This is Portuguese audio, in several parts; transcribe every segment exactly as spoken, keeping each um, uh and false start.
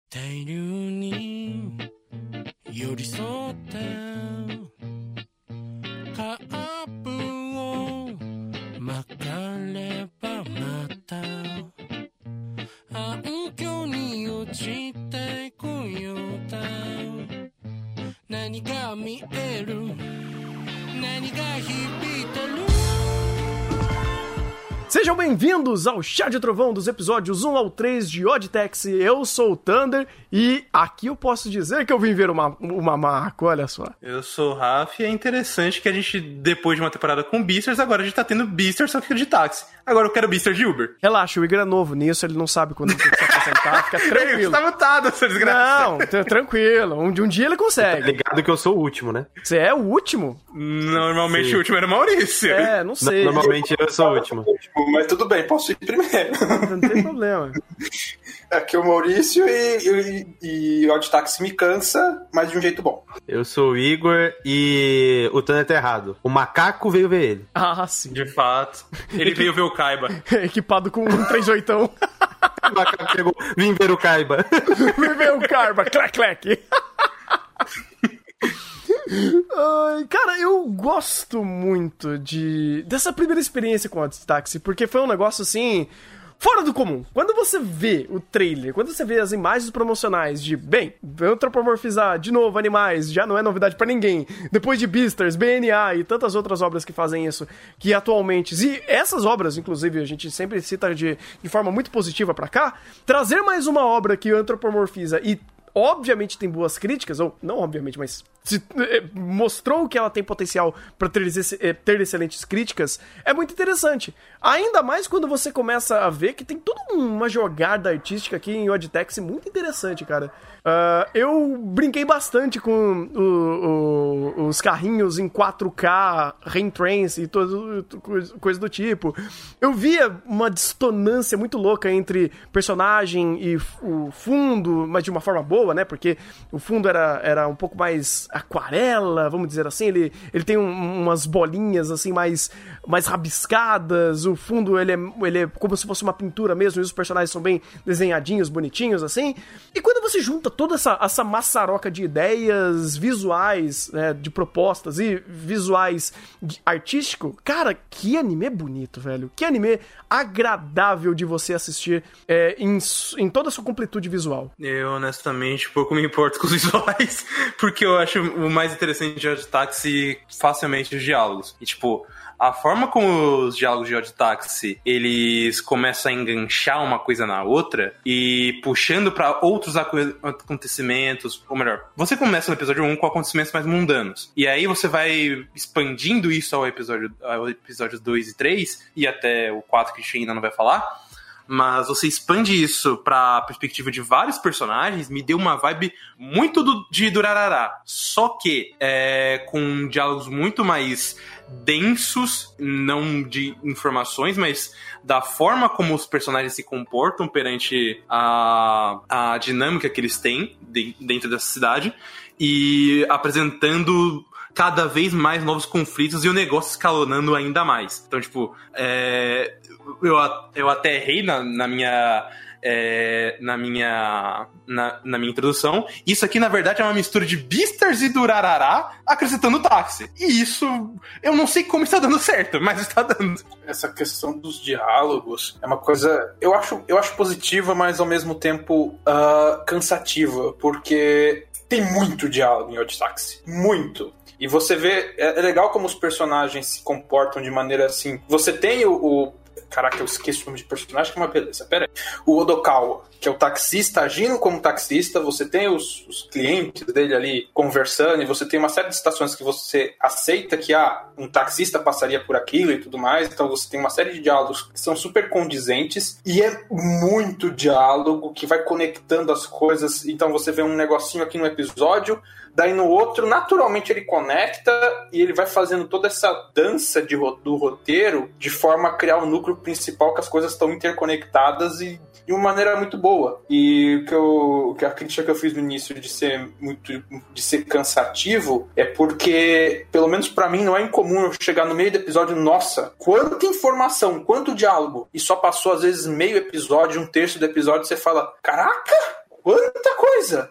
大流に寄り添ってカップを巻かればまた暗渠に落ちてこようだ何が見える何が響いてる Sejam bem-vindos ao Chá de Trovão dos episódios um ao três de Odd Taxi. Eu sou o Thunder e aqui eu posso dizer que eu vim ver uma, uma marco, olha só. Eu sou o Rafa e é interessante que a gente, depois de uma temporada com Beasters, agora a gente tá tendo Beasters só que de táxi. Agora eu quero Beasters de Uber. Relaxa, o Igor é novo nisso, ele não sabe quando ele tem que se apresentar, fica tranquilo. Você tá mutado, seu desgraçado. Não, t- tranquilo, um, um dia ele consegue. Tá ligado que eu sou o último, né? Você é o último? Normalmente Sim. o último era o Maurício. É, não sei. No- Normalmente eu sou o último. Mas tudo bem, posso ir primeiro. Não tem problema. Aqui é o Maurício e, e, e o Odd Taxi me cansa, mas de um jeito bom. Eu sou o Igor e o Thunder tá errado. O macaco veio ver ele. Ah, sim. De fato. Ele veio ver o Kaiba. Equipado com um três oitão. O macaco chegou, vim ver o Kaiba. Viveu o karma, clac, clac. Ai, cara, eu gosto muito de dessa primeira experiência com o Odd Taxi, porque foi um negócio assim fora do comum. Quando você vê o trailer, quando você vê as imagens promocionais de, bem, antropomorfizar de novo animais, já não é novidade pra ninguém. Depois de Beasters, B N A e tantas outras obras que fazem isso, que atualmente, e essas obras, inclusive, a gente sempre cita de, de forma muito positiva pra cá, trazer mais uma obra que antropomorfiza e obviamente tem boas críticas, ou não obviamente, mas se, eh, mostrou que ela tem potencial para ter, eh, ter excelentes críticas, é muito interessante. Ainda mais quando você começa a ver que tem toda uma jogada artística aqui em Odd Taxi muito interessante, cara. Uh, eu brinquei bastante com o, o, os carrinhos em quatro K, Rain Trains e todo, coisa do tipo. Eu via uma dissonância muito louca entre personagem e o fundo, mas de uma forma boa, né? Porque o fundo era, era um pouco mais aquarela, vamos dizer assim. Ele, ele tem um, umas bolinhas assim mais, mais rabiscadas. O fundo ele é, ele é como se fosse uma pintura mesmo. E os personagens são bem desenhadinhos, bonitinhos assim. E quando você junta toda essa, essa maçaroca de ideias visuais, né, de propostas e visuais de, artístico, cara, que anime bonito, velho. Que anime agradável de você assistir é, em, em toda a sua completude visual. Eu, honestamente, pouco me importo com os visuais, porque eu acho o mais interessante de Odd Taxi facilmente os diálogos. E, tipo, a forma como os diálogos de Odd Taxi, eles começam a enganchar uma coisa na outra e puxando pra outros acontecimentos, ou melhor, você começa no episódio um com acontecimentos mais mundanos, e aí você vai expandindo isso ao episódio, ao episódio dois e três, e até o quatro que a gente ainda não vai falar, mas você expande isso pra perspectiva de vários personagens, me deu uma vibe muito do, de Durarará, só que é, com diálogos muito mais densos, não de informações, mas da forma como os personagens se comportam perante a, a dinâmica que eles têm de, dentro dessa cidade, e apresentando cada vez mais novos conflitos e o negócio escalonando ainda mais. Então, tipo, é, eu, eu até errei na, na minha... É, na minha na, na minha introdução. Isso aqui, na verdade, é uma mistura de Beasters e Durarará acrescentando táxi. E isso, eu não sei como está dando certo, mas está dando. Essa questão dos diálogos é uma coisa, eu acho, eu acho positiva, mas ao mesmo tempo uh, cansativa, porque tem muito diálogo em Odd Taxi. Muito. E você vê, é legal como os personagens se comportam de maneira assim. Você tem o, o Caraca, eu esqueço o nome de personagem, que é uma beleza. Pera aí. O Odokawa, que é o taxista agindo como taxista. Você tem os, os clientes dele ali conversando, e você tem uma série de situações que você aceita que ah, um taxista passaria por aquilo e tudo mais. Então você tem uma série de diálogos que são super condizentes, e é muito diálogo que vai conectando as coisas. Então você vê um negocinho aqui no episódio, daí no outro, naturalmente ele conecta e ele vai fazendo toda essa dança de, do roteiro de forma a criar o núcleo principal, que as coisas estão interconectadas e de uma maneira muito boa. E que, eu, que a crítica que eu fiz no início de ser muito de ser cansativo é porque, pelo menos pra mim, não é incomum eu chegar no meio do episódio, nossa, quanta informação, quanto diálogo, e só passou às vezes meio episódio, um terço do episódio, você fala, caraca, quanta coisa coisa.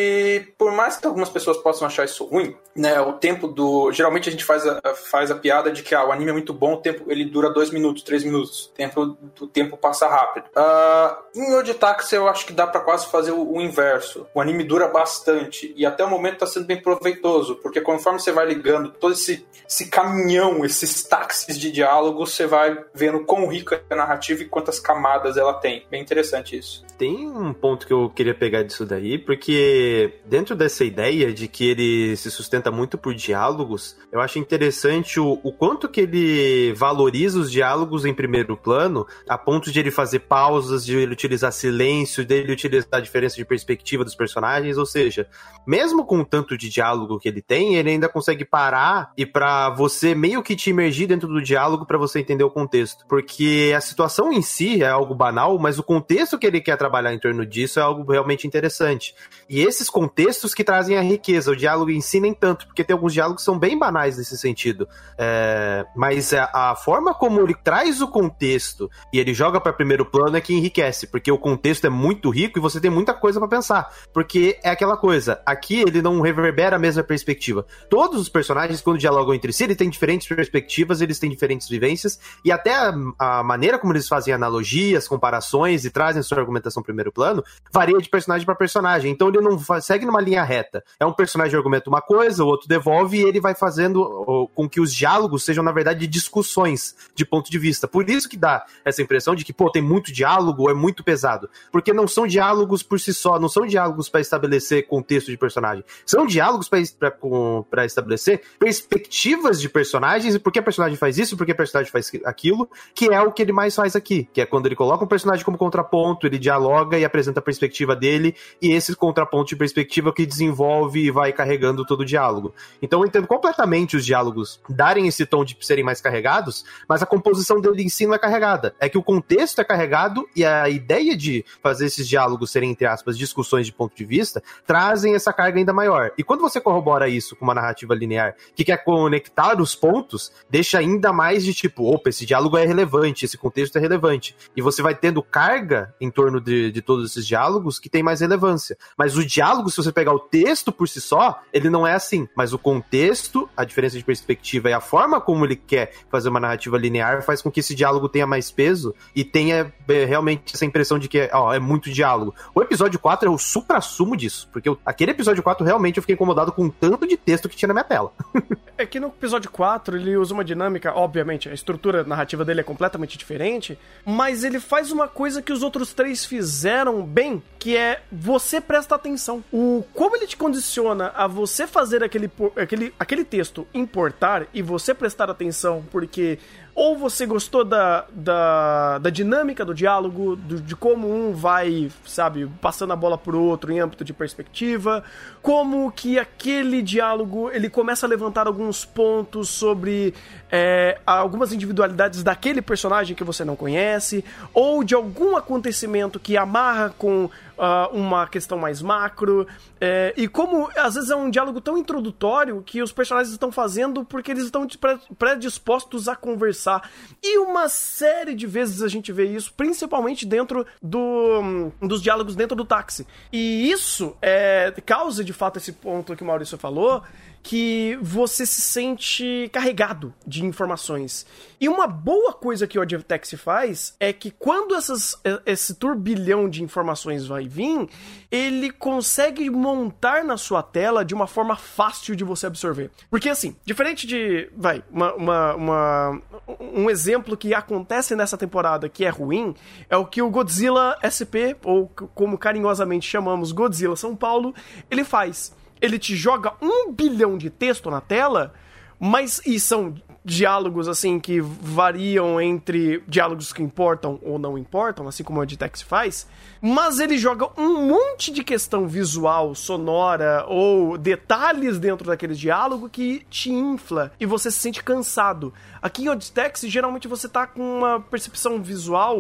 E por mais que algumas pessoas possam achar isso ruim, né, o tempo do... Geralmente a gente faz a, faz a piada de que ah, o anime é muito bom, o tempo ele dura dois minutos, três minutos. O tempo, o tempo passa rápido. Uh, em Odd Taxi eu acho que dá pra quase fazer o, o inverso. O anime dura bastante e até o momento tá sendo bem proveitoso, porque conforme você vai ligando todo esse, esse caminhão, esses táxis de diálogo, você vai vendo quão rica é a narrativa e quantas camadas ela tem. Bem interessante isso. Tem um ponto que eu queria pegar disso daí, porque dentro dessa ideia de que ele se sustenta muito por diálogos, eu acho interessante o, o quanto que ele valoriza os diálogos em primeiro plano, a ponto de ele fazer pausas, de ele utilizar silêncio, de ele utilizar a diferença de perspectiva dos personagens, ou seja, mesmo com o tanto de diálogo que ele tem, ele ainda consegue parar e pra você meio que te imergir dentro do diálogo pra você entender o contexto, porque a situação em si é algo banal, mas o contexto que ele quer trabalhar em torno disso é algo realmente interessante. E esses contextos que trazem a riqueza, o diálogo em si nem tanto, porque tem alguns diálogos que são bem banais nesse sentido. É... Mas a, a forma como ele traz o contexto e ele joga para primeiro plano é que enriquece, porque o contexto é muito rico e você tem muita coisa para pensar. Porque é aquela coisa, aqui ele não reverbera a mesma perspectiva. Todos os personagens, quando dialogam entre si, eles têm diferentes perspectivas, eles têm diferentes vivências, e até a, a maneira como eles fazem analogias, comparações e trazem sua argumentação em primeiro plano, varia de personagem para personagem. Então ele não segue numa linha reta. É um personagem argumenta uma coisa, o outro devolve, e ele vai fazendo com que os diálogos sejam, na verdade, discussões de ponto de vista. Por isso que dá essa impressão de que, pô, tem muito diálogo, é muito pesado. Porque não são diálogos por si só, não são diálogos para estabelecer contexto de personagem. São diálogos para estabelecer perspectivas de personagens, e por que a personagem faz isso, por que a personagem faz aquilo, que é o que ele mais faz aqui, que é quando ele coloca um personagem como contraponto, ele dialoga e apresenta a perspectiva dele, e esse contraponto de perspectiva que desenvolve e vai carregando todo o diálogo. Então eu entendo completamente os diálogos darem esse tom de serem mais carregados, mas a composição dele em si não é carregada. É que o contexto é carregado e a ideia de fazer esses diálogos serem, entre aspas, discussões de ponto de vista, trazem essa carga ainda maior. E quando você corrobora isso com uma narrativa linear que quer conectar os pontos, deixa ainda mais de tipo, opa, esse diálogo é relevante, esse contexto é relevante. E você vai tendo carga em torno de, de todos esses diálogos que tem mais relevância. Mas o diálogo, se você pegar o texto por si só, ele não é assim. Mas o contexto, a diferença de perspectiva e a forma como ele quer fazer uma narrativa linear faz com que esse diálogo tenha mais peso e tenha é, realmente essa impressão de que ó, é muito diálogo. O episódio quatro é o supra-sumo disso, porque eu, aquele episódio quatro realmente eu fiquei incomodado com o tanto de texto que tinha na minha tela. É que no episódio quatro ele usa uma dinâmica, obviamente, a estrutura narrativa dele é completamente diferente, mas ele faz uma coisa que os outros três fizeram bem, que é você presta atenção. O, como ele te condiciona a você fazer aquele, aquele, aquele texto importar e você prestar atenção, porque ou você gostou da, da, da dinâmica do diálogo, do, de como um vai, sabe, passando a bola pro outro em âmbito de perspectiva, como que aquele diálogo, ele começa a levantar alguns pontos sobre é, algumas individualidades daquele personagem que você não conhece, ou de algum acontecimento que amarra com Uh, uma questão mais macro, é, e como às vezes é um diálogo tão introdutório que os personagens estão fazendo porque eles estão predispostos a conversar, e uma série de vezes a gente vê isso, principalmente dentro do, dos diálogos dentro do táxi, e isso é, causa de fato esse ponto que o Maurício falou, que você se sente carregado de informações. E uma boa coisa que o Odd Taxi faz é que quando essas, esse turbilhão de informações vai vir, ele consegue montar na sua tela de uma forma fácil de você absorver. Porque assim, diferente de, vai, uma, uma, uma, um exemplo que acontece nessa temporada que é ruim, é o que o Godzilla S P, ou como carinhosamente chamamos Godzilla São Paulo, ele faz. Ele te joga um bilhão de texto na tela, mas, e são diálogos, assim, que variam entre diálogos que importam ou não importam, assim como o Odd Taxi faz, mas ele joga um monte de questão visual, sonora, ou detalhes dentro daquele diálogo que te infla, e você se sente cansado. Aqui em Odd Taxi, geralmente você tá com uma percepção visual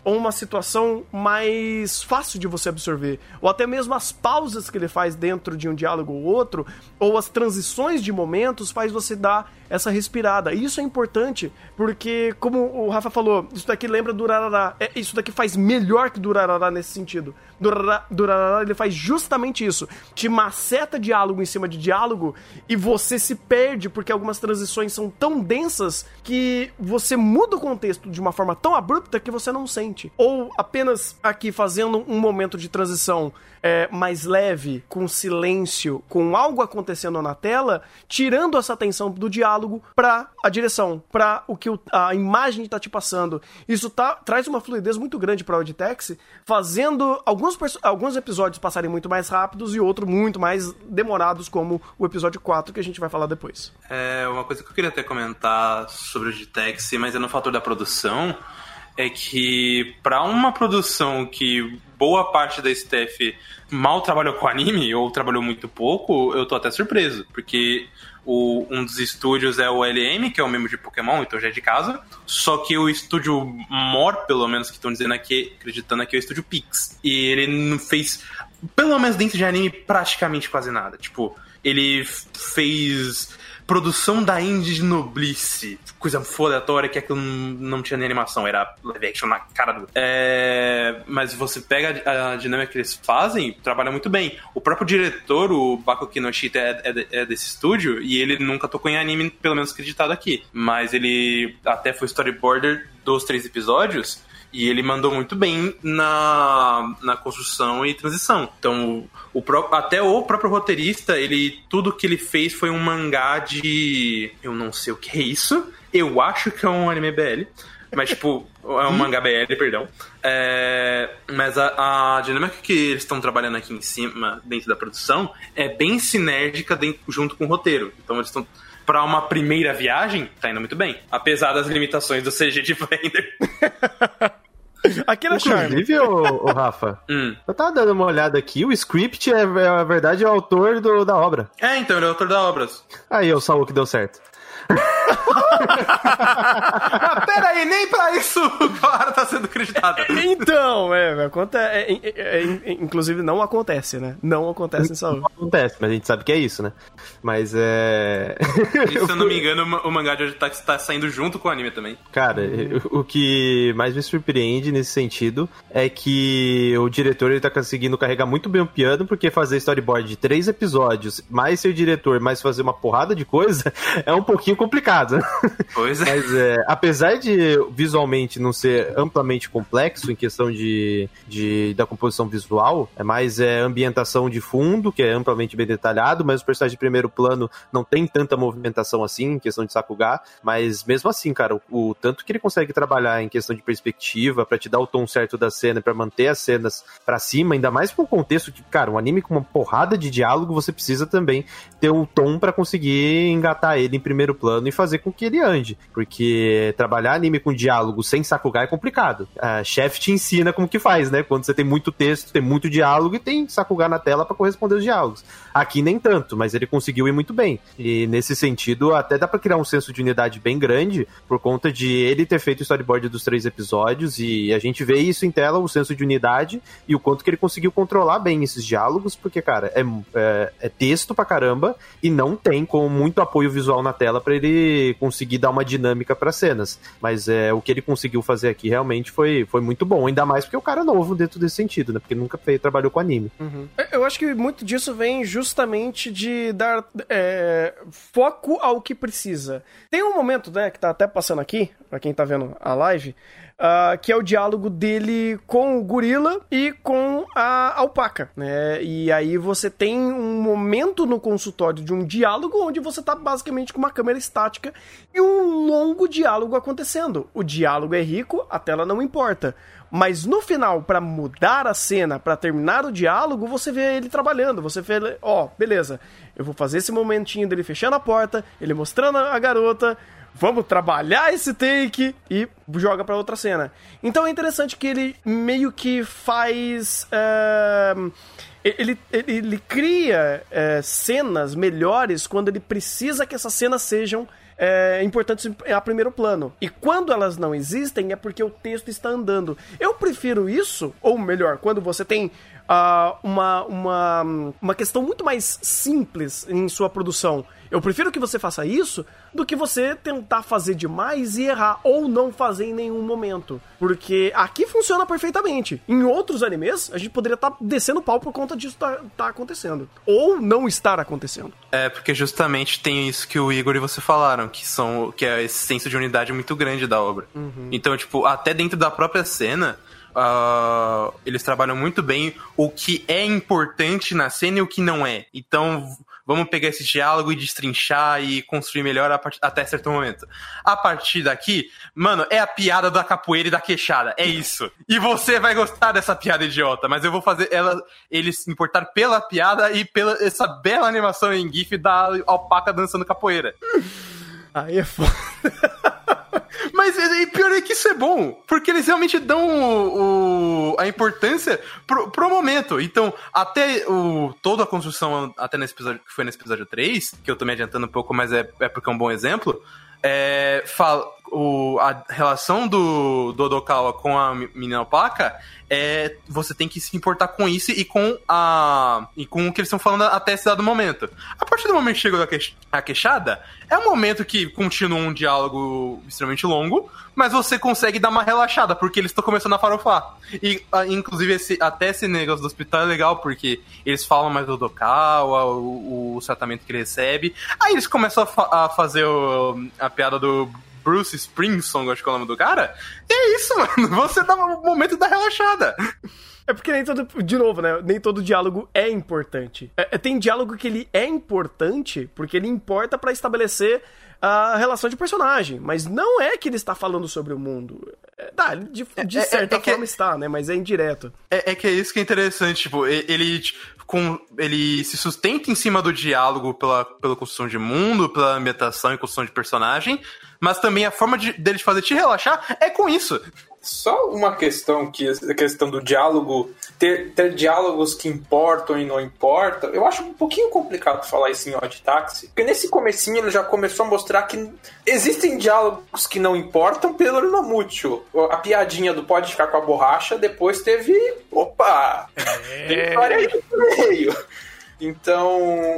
ou uma situação mais fácil de você absorver, ou até mesmo as pausas que ele faz dentro de um diálogo ou outro, ou as transições de momentos faz você dar essa respirada. E isso é importante, porque, como o Rafa falou, isso daqui lembra Durarara. É, isso daqui faz melhor que Durarara nesse sentido. Durarara, Durarara, ele faz justamente isso. Te maceta diálogo em cima de diálogo e você se perde, porque algumas transições são tão densas que você muda o contexto de uma forma tão abrupta que você não sente. Ou apenas aqui fazendo um momento de transição é, mais leve, com silêncio, com algo acontecendo na tela, tirando essa atenção do diálogo para a direção, para o que o, a imagem está te passando. Isso tá, traz uma fluidez muito grande para o Auditex, fazendo alguns, alguns episódios passarem muito mais rápidos e outros muito mais demorados, como o episódio quatro, que a gente vai falar depois. É, uma coisa que eu queria até comentar sobre o Auditex, mas é no fator da produção, é que para uma produção que boa parte da staff mal trabalhou com anime, ou trabalhou muito pouco, eu tô até surpreso, porque o, um dos estúdios é o L M, que é o mesmo de Pokémon, então já é de casa, só que o estúdio maior, pelo menos, que estão dizendo aqui, acreditando aqui, é o estúdio Pix, e ele não fez, pelo menos dentro de anime, praticamente quase nada. Tipo, ele fez produção da Indie de Noblice, coisa fodatória, que aquilo não tinha nem animação, era live action na cara do... É... Mas você pega a, a dinâmica que eles fazem, trabalha muito bem. O próprio diretor, o Bako Kinoshita, é, é, é desse estúdio, e ele nunca tocou em anime, pelo menos acreditado aqui. Mas ele até foi storyboarder dos três episódios, e ele mandou muito bem na, na construção e transição. Então, o, o, até o próprio roteirista, ele, tudo que ele fez foi um mangá de... Eu não sei o que é isso. Eu acho que é um anime B L. Mas, tipo, é um mangá B L, perdão. É, mas a, a dinâmica que eles estão trabalhando aqui em cima, dentro da produção, é bem sinérgica dentro, junto com o roteiro. Então, eles estão... Pra uma primeira viagem, tá indo muito bem. Apesar das limitações do C G de Blender. Aquele é charme. Inclusive, ô, ô Rafa, hum. eu tava dando uma olhada aqui, o script é, na verdade, é o autor do, da obra. É, então, ele é o autor da obra. Aí, o Saul que deu certo. Mas peraí, nem pra isso o cara tá sendo acreditado. Então, é, conta, é, é, é, é, inclusive não acontece, né? Não acontece em Saul. Não acontece, mas a gente sabe que é isso, né? Mas é... E, se eu não me engano, o mangá de Auditex tá saindo junto com o anime também. Cara, o que mais me surpreende nesse sentido é que o diretor ele tá conseguindo carregar muito bem o piano, porque fazer storyboard de três episódios, mais ser diretor, mais fazer uma porrada de coisa, é um pouquinho complicado. Pois é. Mas é, apesar de visualmente não ser amplamente complexo em questão de, de da composição visual, é mais é, ambientação de fundo, que é amplamente bem detalhado, mas os personagens de primeiro plano não tem tanta movimentação assim, em questão de Sakuga, mas mesmo assim, cara, o, o tanto que ele consegue trabalhar em questão de perspectiva, pra te dar o tom certo da cena, pra manter as cenas pra cima, ainda mais pro contexto que, cara, um anime com uma porrada de diálogo, você precisa também ter um tom pra conseguir engatar ele em primeiro plano e fazer com que ele ande, porque trabalhar anime com diálogo sem Sakuga é complicado. A chefe te ensina como que faz, né? Quando você tem muito texto, tem muito diálogo e tem Sakuga na tela pra corresponder os diálogos. Aqui nem tanto, mas ele conseguiu ir muito bem. E nesse sentido, até dá pra criar um senso de unidade bem grande por conta de ele ter feito o storyboard dos três episódios e a gente vê isso em tela, o senso de unidade e o quanto que ele conseguiu controlar bem esses diálogos, porque, cara, é, é, é texto pra caramba e não tem com muito apoio visual na tela pra ele conseguir dar uma dinâmica para cenas, mas é, o que ele conseguiu fazer aqui realmente foi, foi muito bom, ainda mais porque o cara é novo dentro desse sentido, né, porque nunca fez, trabalhou com anime. Uhum. Eu acho que muito disso vem justamente de dar é, foco ao que precisa. Tem um momento, né, que tá até passando aqui, pra quem tá vendo a live, Uh, que é o diálogo dele com o gorila e com a alpaca, né? E aí você tem um momento no consultório de um diálogo onde você tá basicamente com uma câmera estática e um longo diálogo acontecendo. O diálogo é rico, a tela não importa. Mas no final, pra mudar a cena, pra terminar o diálogo, você vê ele trabalhando, você vê, ó, oh, beleza, eu vou fazer esse momentinho dele fechando a porta, ele mostrando a garota, vamos trabalhar esse take e joga pra outra cena. Então é interessante que ele meio que faz... Uh, ele, ele, ele cria uh, cenas melhores quando ele precisa que essas cenas sejam é, importantes a primeiro plano. E quando elas não existem, é porque o texto está andando. Eu prefiro isso, ou melhor, quando você tem uh, uma, uma, uma questão muito mais simples em sua produção. Eu prefiro que você faça isso do que você tentar fazer demais e errar, ou não fazer em nenhum momento. Porque aqui funciona perfeitamente. Em outros animes, a gente poderia estar tá descendo pau por conta disso tá, tá acontecendo. Ou não estar acontecendo. É, porque justamente tem isso que o Igor e você falaram, que, são, que é esse senso de unidade muito grande da obra. Uhum. Então, tipo, até dentro da própria cena... Uh, eles trabalham muito bem o que é importante na cena e o que não é. Então, vamos pegar esse diálogo e destrinchar e construir melhor a part... até certo momento. A partir daqui, mano, é a piada da capoeira e da queixada. É isso. E você vai gostar dessa piada idiota, mas eu vou fazer ela, eles se importar pela piada e pela essa bela animação em GIF da alpaca dançando capoeira. Aí é foda. Mas e pior é que isso é bom, porque eles realmente dão o, o, a importância pro, pro momento. Então, até o, toda a construção, até nesse episódio, que foi nesse episódio três, que eu tô me adiantando um pouco, mas é, é porque é um bom exemplo, é, fala, o, a relação do, do Odokawa com a menina alpaca, é, você tem que se importar com isso e com, a, e com o que eles estão falando até esse dado momento. A partir do momento que chegou a, queix, a queixada, é um momento que continua um diálogo extremamente longo, mas você consegue dar uma relaxada, porque eles estão começando a farofar. E, a, inclusive, esse, até esse negócio do hospital é legal, porque eles falam mais do Odokawa, o, o tratamento que ele recebe. Aí eles começam a, fa- a fazer o, a piada do Bruce Springsteen, acho que é o nome do cara. E é isso, mano. Você dá um momento da relaxada. É porque nem todo... De novo, né? Nem todo diálogo é importante. É, tem diálogo que ele é importante porque ele importa pra estabelecer a relação de personagem. Mas não é que ele está falando sobre o mundo. É, tá, de, de é, certa é, é forma que... está, né? Mas é indireto. É, é que é isso que é interessante. Tipo, ele... Com, ele se sustenta em cima do diálogo pela, pela construção de mundo, pela ambientação e construção de personagem, mas também a forma de, dele fazer te relaxar é com isso. Só uma questão, que a questão do diálogo, ter, ter diálogos que importam e não importam, eu acho um pouquinho complicado falar isso em Odd Taxi, porque nesse comecinho ele já começou a mostrar que existem diálogos que não importam pelo Nomucho. A piadinha do pode ficar com a borracha, depois teve, opa, é... tem história aí no meio. Então,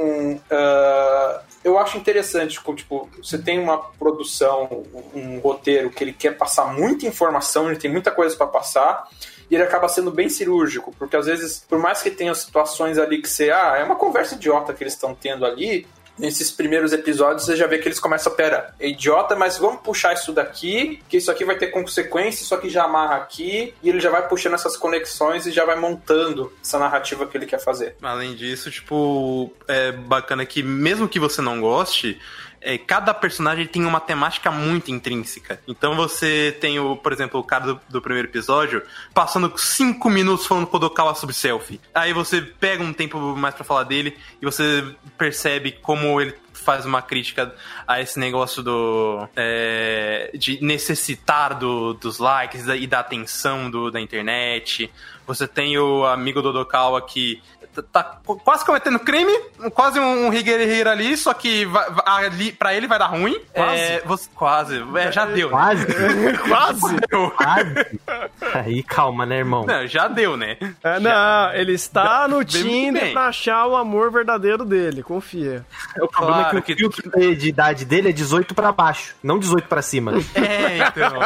uh, eu acho interessante, tipo, você tem uma produção, um roteiro que ele quer passar muita informação, ele tem muita coisa para passar, e ele acaba sendo bem cirúrgico, porque às vezes, por mais que tenha situações ali que você, ah, é uma conversa idiota que eles estão tendo ali, nesses primeiros episódios você já vê que eles começam a, pera, é idiota, mas vamos puxar isso daqui, que isso aqui vai ter consequência, isso aqui já amarra aqui, e ele já vai puxando essas conexões e já vai montando essa narrativa que ele quer fazer. Além disso, tipo, é bacana que mesmo que você não goste, é, cada personagem tem uma temática muito intrínseca. Então você tem, o, por exemplo, o cara do, do primeiro episódio passando cinco minutos falando com o Odokawa sobre selfie. Aí você pega um tempo mais pra falar dele e você percebe como ele faz uma crítica a esse negócio do é, de necessitar do, dos likes e da atenção do, da internet. Você tem o amigo do Odokawa que tá quase cometendo crime, quase um Higuerihira ali, só que vai, ali, pra ele vai dar ruim. Quase. É, você, quase. É, já deu. Quase. Né? Quase. Quase. Aí, calma, né, irmão? Não, já deu, né? É, não, já. ele está no Tinder bem. pra achar o amor verdadeiro dele, confia. O problema Claro é que o que- filtro de idade dele é dezoito pra baixo, não dezoito pra cima. É, então.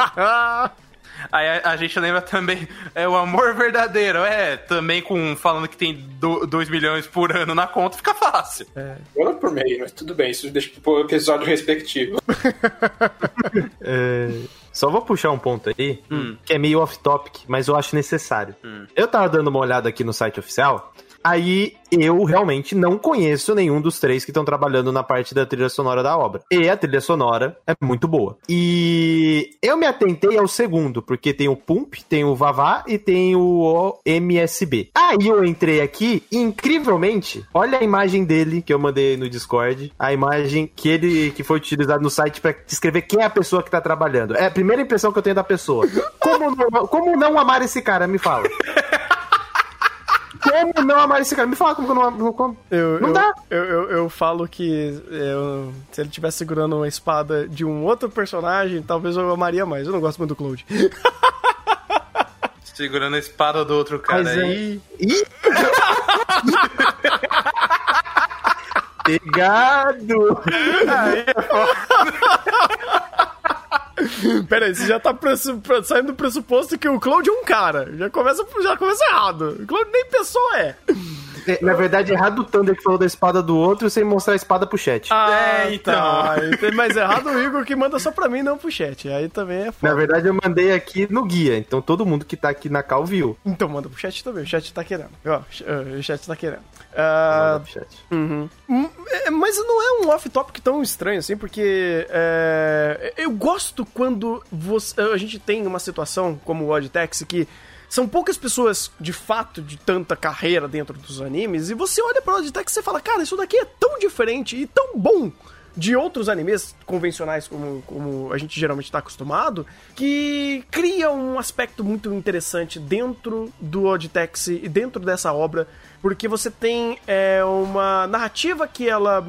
Aí a, a gente lembra também, é o amor verdadeiro, é, também com, falando que tem dois milhões por ano na conta, fica fácil. Ano por meio, mas tudo bem, isso deixa pro episódio respectivo. É, só vou puxar um ponto aí, Hum. que é meio off-topic, mas eu acho necessário. Hum. Eu tava dando uma olhada aqui no site oficial, aí eu realmente não conheço nenhum dos três que estão trabalhando na parte da trilha sonora da obra. E a trilha sonora é muito boa. E eu me atentei ao segundo, porque tem o Pump, tem o Vavá e tem o M S B. Aí eu entrei aqui e, incrivelmente, olha a imagem dele que eu mandei no Discord, a imagem que ele que foi utilizada no site pra descrever quem é a pessoa que tá trabalhando. É a primeira impressão que eu tenho da pessoa. Como não, como não amar esse cara? Me fala. como não amar esse cara? Me fala como que eu não, não, como. Eu, não eu, dá. Eu, eu, eu falo que eu, se ele estivesse segurando uma espada de um outro personagem, talvez eu amaria mais. Eu não gosto muito do Cloud. Segurando a espada do outro cara Mas aí. É... Ih! Pegado! Aí, Pera aí, você já tá pressu... saindo do pressuposto que o Cloud é um cara. Já começa, já começa errado. O Cloud nem pessoa é. Na verdade, errado o Thunder que falou da espada do outro sem mostrar a espada pro chat. Ah, É, então. Tá. Mas errado o Igor que manda só pra mim, não pro chat. Aí também é foda. Na verdade, eu mandei aqui no guia, então todo mundo que tá aqui na cal viu. Então manda pro chat também, o chat tá querendo. Ó, o chat tá querendo. Uh, Manda pro chat. Uhum. Mas não é um off-topic tão estranho assim, porque é, eu gosto quando você, a gente tem uma situação como o Odd Taxi que são poucas pessoas, de fato, de tanta carreira dentro dos animes, e você olha pra Odd Taxi e você fala, cara, isso daqui é tão diferente e tão bom de outros animes convencionais como, como a gente geralmente tá acostumado, que cria um aspecto muito interessante dentro do Odd Taxi e dentro dessa obra, porque você tem é, uma narrativa que ela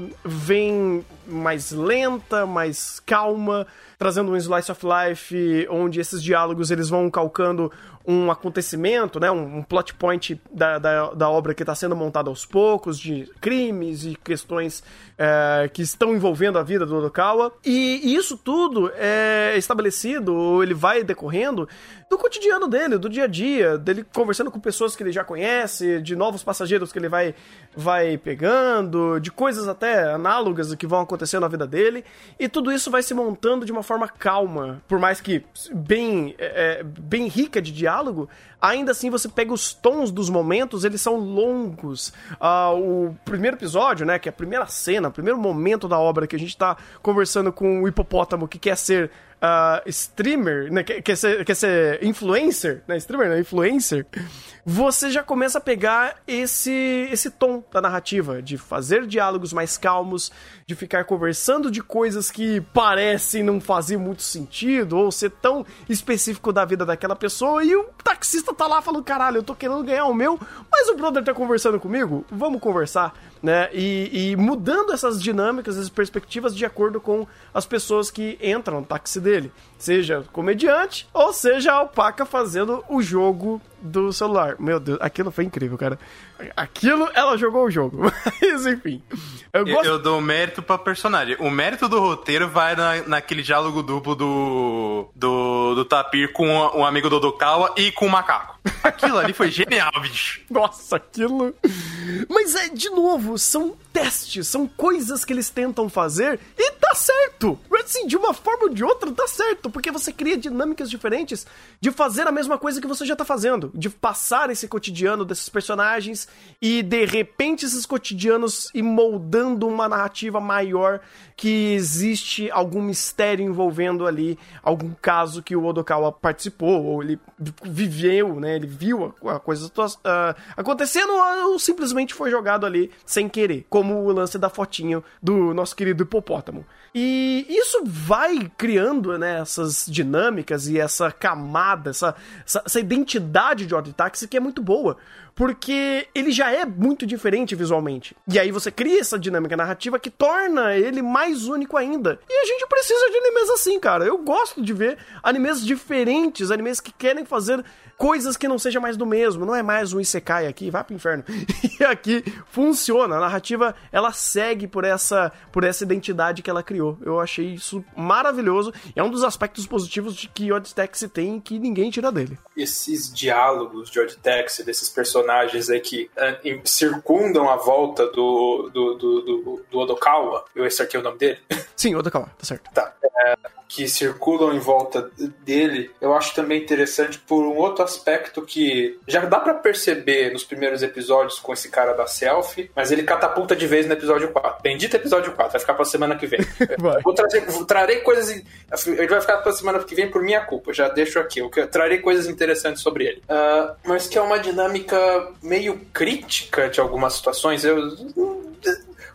vem mais lenta, mais calma, trazendo um slice of life, onde esses diálogos eles vão calcando um acontecimento, né, um, um plot point da, da, da obra que está sendo montado aos poucos, de crimes e questões é, que estão envolvendo a vida do Odokawa, e, e isso tudo é estabelecido, ou ele vai decorrendo do cotidiano dele, do dia a dia, dele conversando com pessoas que ele já conhece, de novos passageiros que ele vai, vai pegando, de coisas até análogas que vão acontecendo na vida dele, e tudo isso vai se montando de uma forma calma, por mais que bem, é, bem rica de diálogo, ainda assim você pega os tons dos momentos, eles são longos. Ah, o primeiro episódio, né, que é a primeira cena, o primeiro momento da obra que a gente tá conversando com o hipopótamo que quer ser Uh, streamer, né, quer, quer, ser, quer ser influencer, né, streamer, né, influencer, você já começa a pegar esse, esse tom da narrativa, de fazer diálogos mais calmos, de ficar conversando de coisas que parecem não fazer muito sentido, ou ser tão específico da vida daquela pessoa, e o taxista tá lá falando, caralho, eu tô querendo ganhar o meu, mas o brother tá conversando comigo, vamos conversar, né, e, e mudando essas dinâmicas, essas perspectivas de acordo com as pessoas que entram no táxi dele, seja comediante ou seja a alpaca fazendo o jogo do celular. Meu Deus, aquilo foi incrível, cara. Aquilo, ela jogou o jogo. Mas, enfim. Eu, gosto... eu, eu dou mérito pra personagem. O mérito do roteiro vai na, naquele diálogo duplo do, do, do Tapir com um amigo do Odokawa e com o macaco. Aquilo ali foi genial, bicho. Nossa, aquilo... Mas, é, de novo, são testes, são coisas que eles tentam fazer e dá certo. Assim, de uma forma ou de outra, dá certo. Porque você cria dinâmicas diferentes de fazer a mesma coisa que você já tá fazendo. De passar esse cotidiano desses personagens e, de repente, esses cotidianos ir moldando uma narrativa maior que existe algum mistério envolvendo ali, algum caso que o Odokawa participou, ou ele viveu, né, ele viu a, a coisa uh, acontecendo, ou simplesmente foi jogado ali sem querer, como o lance da fotinho do nosso querido hipopótamo. E isso vai criando, né, essas dinâmicas e essa camada, essa, essa, essa identidade de Odd Taxi que é muito boa, porque ele já é muito diferente visualmente. E aí você cria essa dinâmica narrativa que torna ele mais único ainda. E a gente precisa de animes assim, cara. Eu gosto de ver animes diferentes, animes que querem fazer coisas que não seja mais do mesmo. Não é mais um isekai aqui, vai pro inferno. E aqui funciona. A narrativa, ela segue por essa, por essa identidade que ela criou. Eu achei isso maravilhoso. É um dos aspectos positivos de que Odd Taxi tem que ninguém tira dele. Esses diálogos de Odd Taxi, desses personagens aí que uh, circundam a volta do, do, do, do, do Odokawa. Eu acertei o nome dele? Sim, Odokawa, tá certo. Tá. É, que circulam em volta dele, eu acho também interessante por um outro aspecto que já dá pra perceber nos primeiros episódios com esse cara da selfie, mas ele catapulta de vez no episódio quatro. Bendito episódio quatro, vai ficar pra semana que vem. Vou trazer, trarei coisas... Ele vai ficar pra semana que vem por minha culpa, já deixo aqui. Eu trarei coisas interessantes sobre ele. Uh, mas que é uma dinâmica meio crítica de algumas situações. Eu...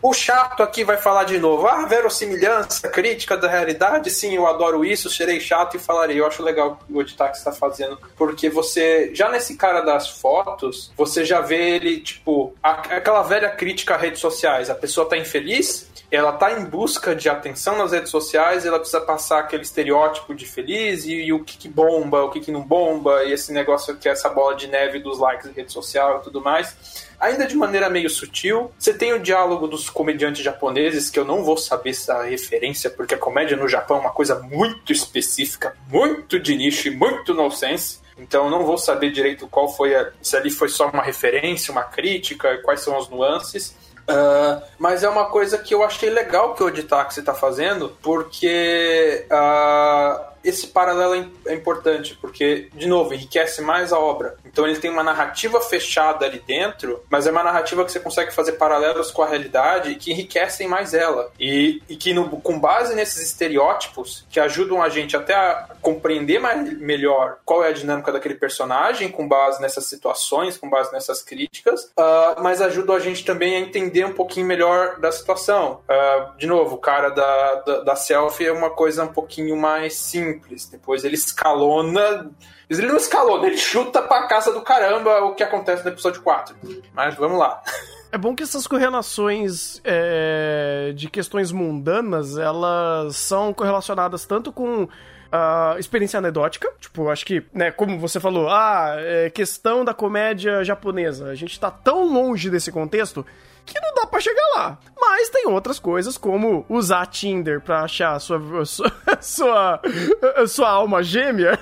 o chato aqui vai falar de novo, ah, verossimilhança, crítica da realidade, sim, eu adoro isso, serei chato e falarei. Eu acho legal o Oditax está fazendo, porque você, já nesse cara das fotos, você já vê ele, tipo, a, aquela velha crítica a redes sociais, a pessoa tá infeliz, ela tá em busca de atenção nas redes sociais, ela precisa passar aquele estereótipo de feliz e, e o que, que bomba, o que, que não bomba, e esse negócio que é essa bola de neve dos likes em rede social e tudo mais. Ainda de maneira meio sutil. Você tem o diálogo dos comediantes japoneses, que eu não vou saber essa referência, porque a comédia no Japão é uma coisa muito específica, muito de nicho, muito nonsense. Então eu não vou saber direito qual foi a, se ali foi só uma referência, uma crítica, quais são as nuances. Uh, mas é uma coisa que eu achei legal que o Oditax está fazendo, porque uh, esse paralelo é importante, porque, de novo, enriquece mais a obra. Então ele tem uma narrativa fechada ali dentro, mas é uma narrativa que você consegue fazer paralelos com a realidade e que enriquecem mais ela. E, e que, no, com base nesses estereótipos, que ajudam a gente até a compreender mais, melhor qual é a dinâmica daquele personagem, com base nessas situações, com base nessas críticas, uh, mas ajudam a gente também a entender um pouquinho melhor da situação. Uh, de novo, o cara da, da, da selfie é uma coisa um pouquinho mais simples. Depois ele escalona... Ele não escalona, ele chuta pra casa do caramba o que acontece no episódio quatro. Mas vamos lá. É bom que essas correlações é, de questões mundanas, elas são correlacionadas tanto com a uh, experiência anedótica, tipo, acho que, né, como você falou, ah, é questão da comédia japonesa, a gente tá tão longe desse contexto que não dá pra chegar lá. Mas tem outras coisas, como usar Tinder pra achar a sua, a sua, a sua, a sua alma gêmea.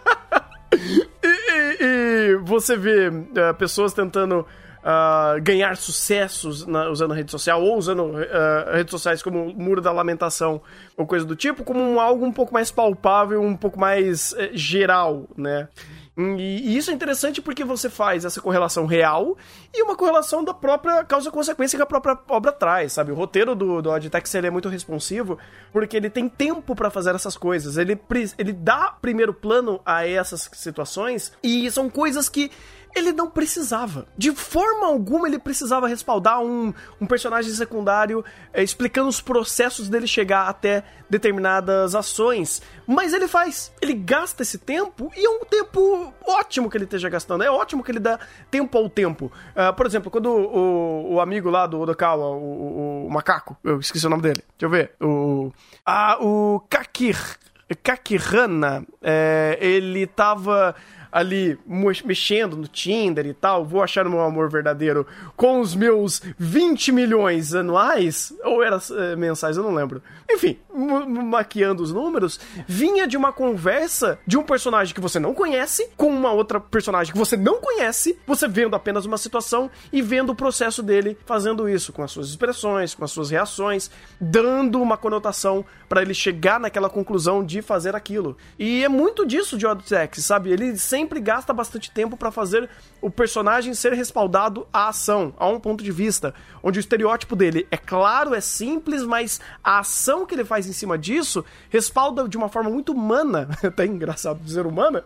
e, e, e você vê uh, pessoas tentando uh, ganhar sucessos na, usando rede social, ou usando uh, redes sociais como o Muro da Lamentação, ou coisa do tipo, como um, algo um pouco mais palpável, um pouco mais uh, geral, né? E, e isso é interessante porque você faz essa correlação real e uma correlação da própria causa-consequência que a própria obra traz, sabe? O roteiro do, do Oditax, ele é muito responsivo porque ele tem tempo pra fazer essas coisas. Ele, ele dá primeiro plano a essas situações e são coisas que ele não precisava. De forma alguma ele precisava respaldar um, um personagem secundário é, explicando os processos dele chegar até determinadas ações. Mas ele faz. Ele gasta esse tempo e é um tempo ótimo que ele esteja gastando. É ótimo que ele dá tempo ao tempo. Uh, por exemplo, quando o, o, o amigo lá do Odokawa, o, o, o macaco, eu esqueci o nome dele. Deixa eu ver. O, ah, o Kakir, Kakirana, é, ele tava ali mexendo no Tinder e tal, vou achar o meu amor verdadeiro com os meus vinte milhões anuais, ou era é, mensais, eu não lembro. Enfim, maquiando os números, vinha de uma conversa de um personagem que você não conhece com uma outra personagem que você não conhece, você vendo apenas uma situação e vendo o processo dele fazendo isso, com as suas expressões, com as suas reações, dando uma conotação pra ele chegar naquela conclusão de fazer aquilo. E é muito disso de Oditax, sabe? Ele sempre sempre gasta bastante tempo pra fazer o personagem ser respaldado à ação, a um ponto de vista, onde o estereótipo dele é claro, é simples, mas a ação que ele faz em cima disso respalda de uma forma muito humana, até engraçado dizer humana,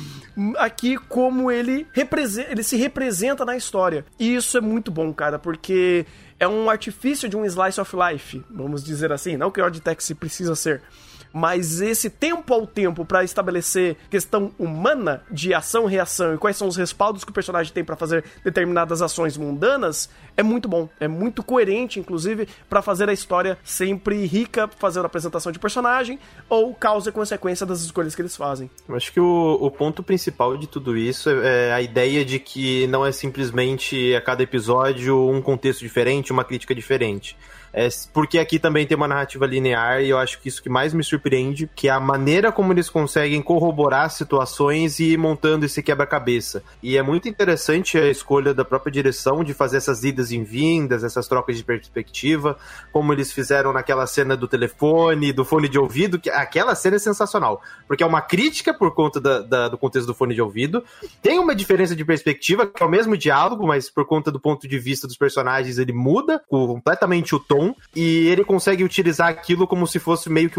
aqui como ele, ele se representa na história. E isso é muito bom, cara, porque é um artifício de um slice of life, vamos dizer assim, não que o Oditax precisa ser, mas esse tempo ao tempo pra estabelecer questão humana de ação e reação e quais são os respaldos que o personagem tem pra fazer determinadas ações mundanas é muito bom, é muito coerente, inclusive, pra fazer a história sempre rica, fazendo a apresentação de personagem ou causa e consequência das escolhas que eles fazem. Eu acho que o, o ponto principal de tudo isso é, é a ideia de que não é simplesmente a cada episódio um contexto diferente, uma crítica diferente. É porque aqui também tem uma narrativa linear e eu acho que isso que mais me surpreende, que é a maneira como eles conseguem corroborar situações e ir montando esse quebra-cabeça. E é muito interessante a escolha da própria direção de fazer essas idas e vindas, essas trocas de perspectiva, como eles fizeram naquela cena do telefone, do fone de ouvido, que aquela cena é sensacional, porque é uma crítica por conta da, da, do contexto do fone de ouvido, tem uma diferença de perspectiva, que é o mesmo diálogo, mas por conta do ponto de vista dos personagens ele muda completamente o tom, e ele consegue utilizar aquilo como se fosse meio que um flashback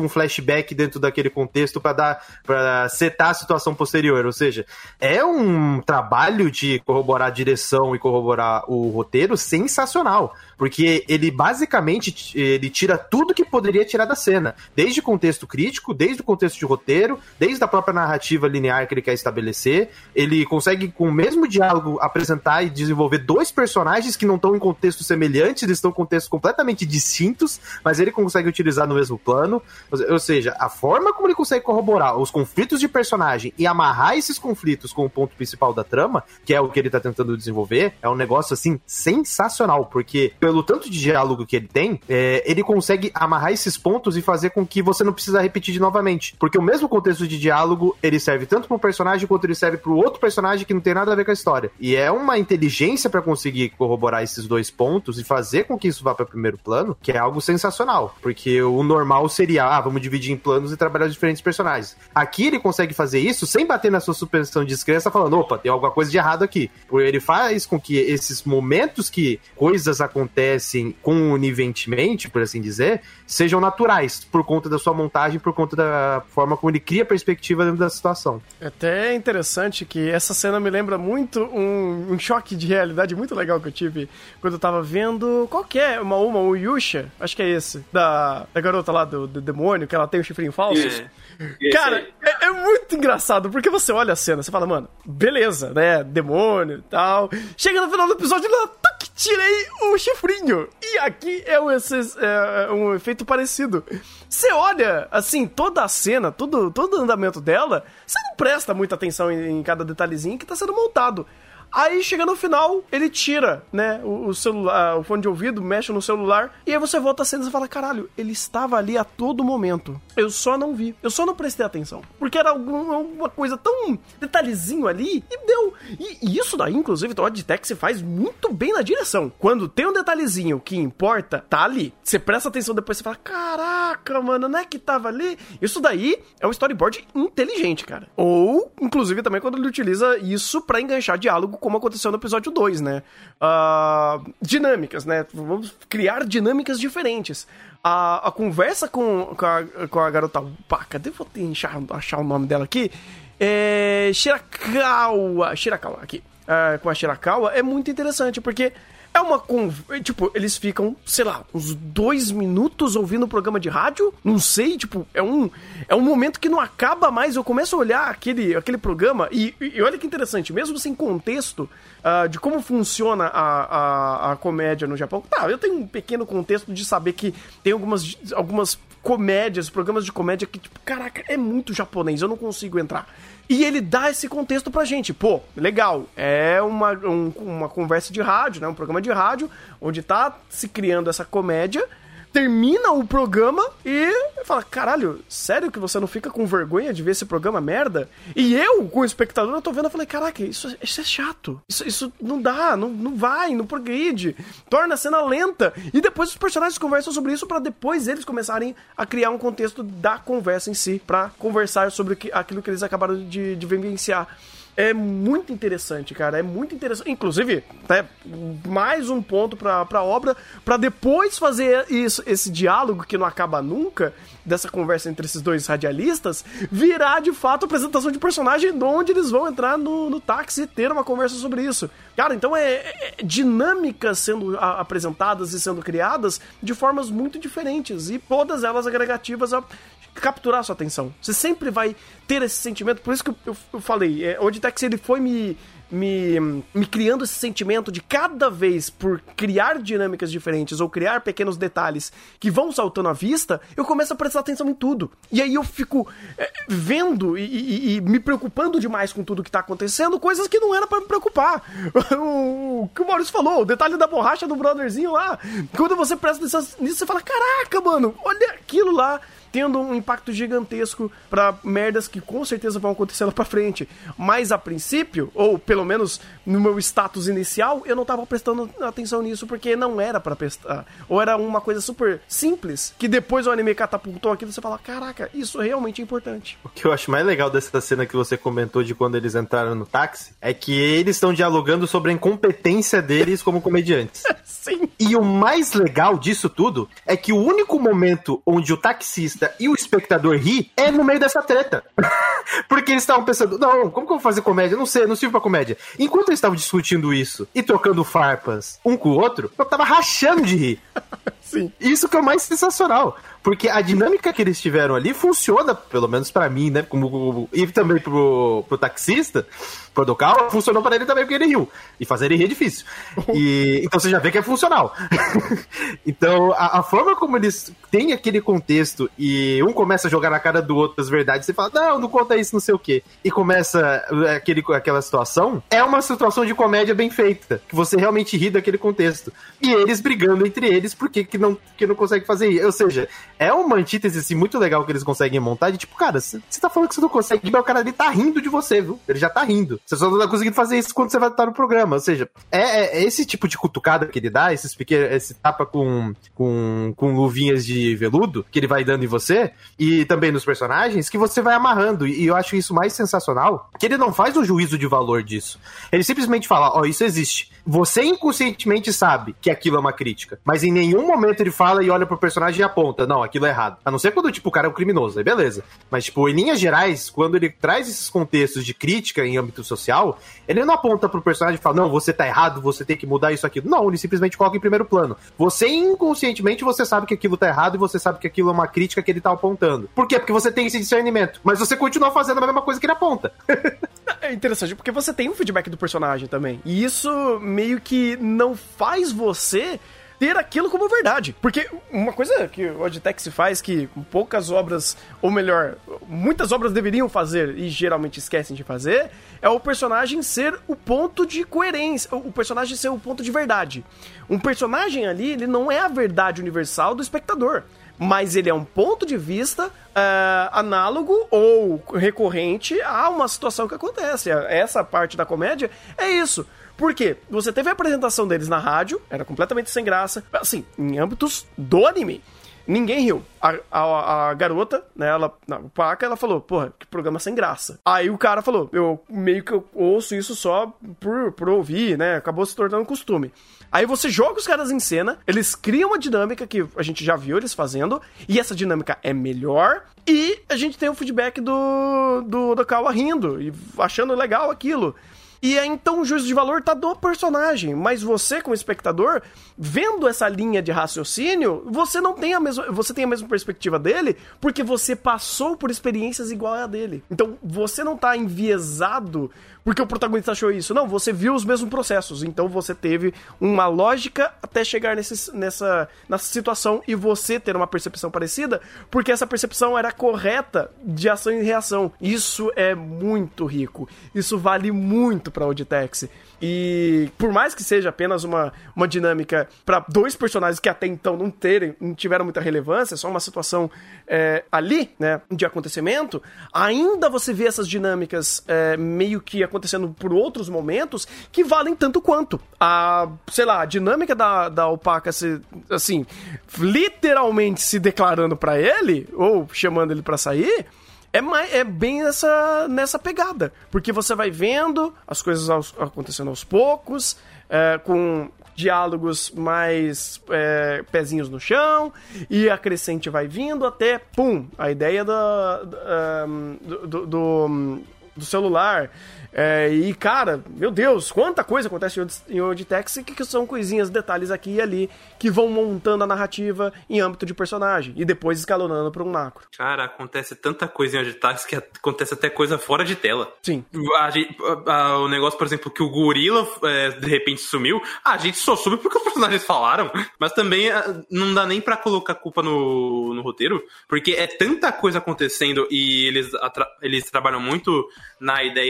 flashback dentro daquele contexto pra dar, para setar a situação posterior. Ou seja, é um trabalho de corroborar a direção e corroborar o roteiro sensacional. Porque ele basicamente ele tira tudo que poderia tirar da cena. Desde o contexto crítico, desde o contexto de roteiro, desde a própria narrativa linear que ele quer estabelecer. Ele consegue, com o mesmo diálogo, apresentar e desenvolver dois personagens que não estão em contextos semelhantes, eles estão em contextos completamente distintos, mas ele consegue utilizar no mesmo plano. Ou seja, a forma como ele consegue corroborar os conflitos de personagem e amarrar esses conflitos com o ponto principal da trama, que é o que ele está tentando desenvolver, é um negócio, assim, sensacional. Porque pelo tanto de diálogo que ele tem, é, ele consegue amarrar esses pontos e fazer com que você não precisa repetir de novamente. Porque o mesmo contexto de diálogo, ele serve tanto para um personagem quanto ele serve para o outro personagem que não tem nada a ver com a história. E é uma inteligência para conseguir corroborar esses dois pontos e fazer com que isso vá para primeiro plano, que é algo sensacional. Porque o normal seria, ah, vamos dividir em planos e trabalhar os diferentes personagens. Aqui ele consegue fazer isso sem bater na sua suspensão de descrença falando, opa, tem alguma coisa de errado aqui. Porque ele faz com que esses momentos que coisas acontecem coniventemente, por assim dizer, sejam naturais, por conta da sua montagem, por conta da forma como ele cria perspectiva dentro da situação. É até interessante que essa cena me lembra muito um, um choque de realidade muito legal que eu tive quando eu tava vendo, qual que é? Uma uma o Yusha, acho que é esse, da, da garota lá do, do demônio, que ela tem o chifrinho falso. Yeah. Cara, é, é muito engraçado, porque você olha a cena, você fala, mano, beleza, né, demônio e tal. Chega no final do episódio e ela, tac, tirei o chifrinho. E aqui é um, esse, é um efeito parecido. Você olha, assim, toda a cena, todo, todo o andamento dela, você não presta muita atenção em, em cada detalhezinho que tá sendo montado. Aí, chega no final, ele tira, né, o, o celular, o fone de ouvido, mexe no celular, e aí você volta a cena e você fala, caralho, ele estava ali a todo momento. Eu só não vi, eu só não prestei atenção. Porque era algum, alguma coisa tão detalhezinho ali, e deu. E, e isso daí, inclusive, o Odd Taxi faz muito bem na direção. Quando tem um detalhezinho que importa, tá ali. Você presta atenção depois, você fala, caraca, mano, não é que tava ali? Isso daí é um storyboard inteligente, cara. Ou, inclusive, também quando ele utiliza isso pra enganchar diálogo, como aconteceu no episódio dois, né? Uh, dinâmicas, né? Vamos criar dinâmicas diferentes. A, a conversa com, com, a, com a garota... Pá, cadê? Vou achar, achar o nome dela aqui. É... Shirakawa. Shirakawa, aqui. Uh, com a Shirakawa é muito interessante, porque... É uma conversa, tipo, eles ficam, sei lá, uns dois minutos ouvindo o programa de rádio, não sei, tipo, é um, é um momento que não acaba mais, eu começo a olhar aquele, aquele programa, e, e olha que interessante, mesmo sem contexto uh, de como funciona a, a, a comédia no Japão, tá, eu tenho um pequeno contexto de saber que tem algumas, algumas comédias, programas de comédia que, tipo, caraca, é muito japonês, eu não consigo entrar. E ele dá esse contexto pra gente. Pô, legal, é uma, um, uma conversa de rádio, né? Um programa de rádio, onde tá se criando essa comédia, termina o programa e fala, caralho, sério que você não fica com vergonha de ver esse programa merda? E eu, com o espectador, eu tô vendo, eu falei, caraca, isso, isso é chato. Isso, isso não dá, não, não vai, não progride. Torna a cena lenta. E depois os personagens conversam sobre isso pra depois eles começarem a criar um contexto da conversa em si, pra conversar sobre aquilo que eles acabaram de, de vivenciar. É muito interessante, cara, é muito interessante. Inclusive, né, mais um ponto pra, pra obra, pra depois fazer isso, esse diálogo que não acaba nunca, dessa conversa entre esses dois radialistas, virar de fato a apresentação de personagem onde eles vão entrar no, no táxi e ter uma conversa sobre isso. Cara, então é, é dinâmicas sendo a, apresentadas e sendo criadas de formas muito diferentes, e todas elas agregativas a capturar a sua atenção. Você sempre vai ter esse sentimento, por isso que eu, eu, eu falei, é, o Odd Taxi, ele foi me, me, me criando esse sentimento de cada vez, por criar dinâmicas diferentes ou criar pequenos detalhes que vão saltando à vista, eu começo a prestar atenção em tudo. E aí eu fico é, vendo e, e, e me preocupando demais com tudo que tá acontecendo, coisas que não era pra me preocupar. O, o que o Maurício falou, o detalhe da borracha do brotherzinho lá, quando você presta atenção nisso, você fala, caraca, mano, olha aquilo lá, tendo um impacto gigantesco pra merdas que com certeza vão acontecer lá pra frente. Mas a princípio, ou pelo pelo menos no meu status inicial, eu não tava prestando atenção nisso porque não era pra prestar. Ou era uma coisa super simples, que depois o anime catapultou aquilo e você fala, caraca, isso realmente é importante. O que eu acho mais legal dessa cena que você comentou de quando eles entraram no táxi é que eles estão dialogando sobre a incompetência deles como comediantes. Sim. E o mais legal disso tudo é que o único momento onde o taxista e o espectador ri é no meio dessa treta. Porque eles estavam pensando, não, como que eu vou fazer comédia? Eu não sei, eu não sirvo pra comédia. Enquanto eles estavam discutindo isso e trocando farpas um com o outro, eu tava rachando de rir. Sim. Isso que é o mais sensacional. Porque a dinâmica que eles tiveram ali funciona, pelo menos pra mim, né? Como, e também pro, pro taxista, pro Dokawa, funcionou pra ele também porque ele riu. E fazer ele rir é difícil. E, então você já vê que é funcional. Então, a, a forma como eles têm aquele contexto e um começa a jogar na cara do outro as verdades, você fala, não, não conta isso, não sei o quê. E começa aquele, aquela situação, é uma situação de comédia bem feita, que você realmente ri daquele contexto. E eles brigando entre eles porque que não, que não consegue fazer isso. Ou seja, é uma antítese assim, muito legal que eles conseguem montar de tipo, cara, você tá falando que você não consegue, mas o cara ali tá rindo de você, viu? Ele já tá rindo. Você só não tá conseguindo fazer isso quando você vai estar no programa. Ou seja, é, é esse tipo de cutucada que ele dá, esses pequenos, esse tapa com, com, com luvinhas de veludo que ele vai dando em você, e também nos personagens, que você vai amarrando. E eu acho isso mais sensacional, que ele não faz um juízo de valor disso. Ele simplesmente fala, ó, oh, isso existe. Você inconscientemente sabe que aquilo é uma crítica, mas em nenhum momento ele fala e olha pro personagem e aponta, não, aquilo é errado. A não ser quando, tipo, o cara é um criminoso, aí beleza. Mas, tipo, em linhas gerais, quando ele traz esses contextos de crítica em âmbito social, ele não aponta pro personagem e fala, não, você tá errado, você tem que mudar isso, aquilo. Não, ele simplesmente coloca em primeiro plano. Você, inconscientemente, você sabe que aquilo tá errado e você sabe que aquilo é uma crítica que ele tá apontando. Por quê? Porque você tem esse discernimento. Mas você continua fazendo a mesma coisa que ele aponta. É interessante, porque você tem um feedback do personagem também. E isso meio que não faz você ter aquilo como verdade. Porque uma coisa que o Auditex faz, que poucas obras, ou melhor, muitas obras deveriam fazer e geralmente esquecem de fazer, é o personagem ser o ponto de coerência, o personagem ser o ponto de verdade. Um personagem ali, ele não é a verdade universal do espectador, mas ele é um ponto de vista uh, análogo ou recorrente a uma situação que acontece. Essa parte da comédia é isso. Por quê? Você teve a apresentação deles na rádio, era completamente sem graça, assim, em âmbitos do anime. Ninguém riu. A, a, a garota, né, ela, o Paka, ela falou, porra, que programa sem graça. Aí o cara falou, eu meio que eu ouço isso só por, por ouvir, né, acabou se tornando costume. Aí você joga os caras em cena, eles criam uma dinâmica que a gente já viu eles fazendo, e essa dinâmica é melhor, e a gente tem o feedback do, do, do Kawa rindo, e achando legal aquilo. E aí, então, o juízo de valor tá do personagem, mas você, como espectador, vendo essa linha de raciocínio, você não tem a mesma, você tem a mesma perspectiva dele, porque você passou por experiências igual a dele. Então, você não tá enviesado porque o protagonista achou isso. Não, você viu os mesmos processos, então você teve uma lógica até chegar nesse, nessa, nessa situação e você ter uma percepção parecida, porque essa percepção era correta de ação e reação. Isso é muito rico. Isso vale muito pra Auditex. E por mais que seja apenas uma, uma dinâmica para dois personagens que até então não, terem, não tiveram muita relevância, só uma situação é, ali, né, de acontecimento, ainda você vê essas dinâmicas é, meio que acontecendo por outros momentos que valem tanto quanto. A, sei lá, a dinâmica da, da Opaka se, assim, literalmente se declarando pra ele, ou chamando ele pra sair, É, mais, é bem nessa, nessa pegada, porque você vai vendo as coisas aos, acontecendo aos poucos, é, com diálogos mais é, pezinhos no chão, e a crescente vai vindo até, pum, a ideia do, do, do, do, do celular. É, e cara, meu Deus, quanta coisa acontece em Auditex, que, que são coisinhas, detalhes aqui e ali que vão montando a narrativa em âmbito de personagem e depois escalonando para um macro. Cara, acontece tanta coisa em Auditex que acontece até coisa fora de tela. Sim. A gente, a, a, o negócio, por exemplo, que o gorila é, de repente sumiu, a gente só soube porque os personagens falaram, mas também a, não dá nem pra colocar culpa no, no roteiro, porque é tanta coisa acontecendo e eles, atra, eles trabalham muito na ideia de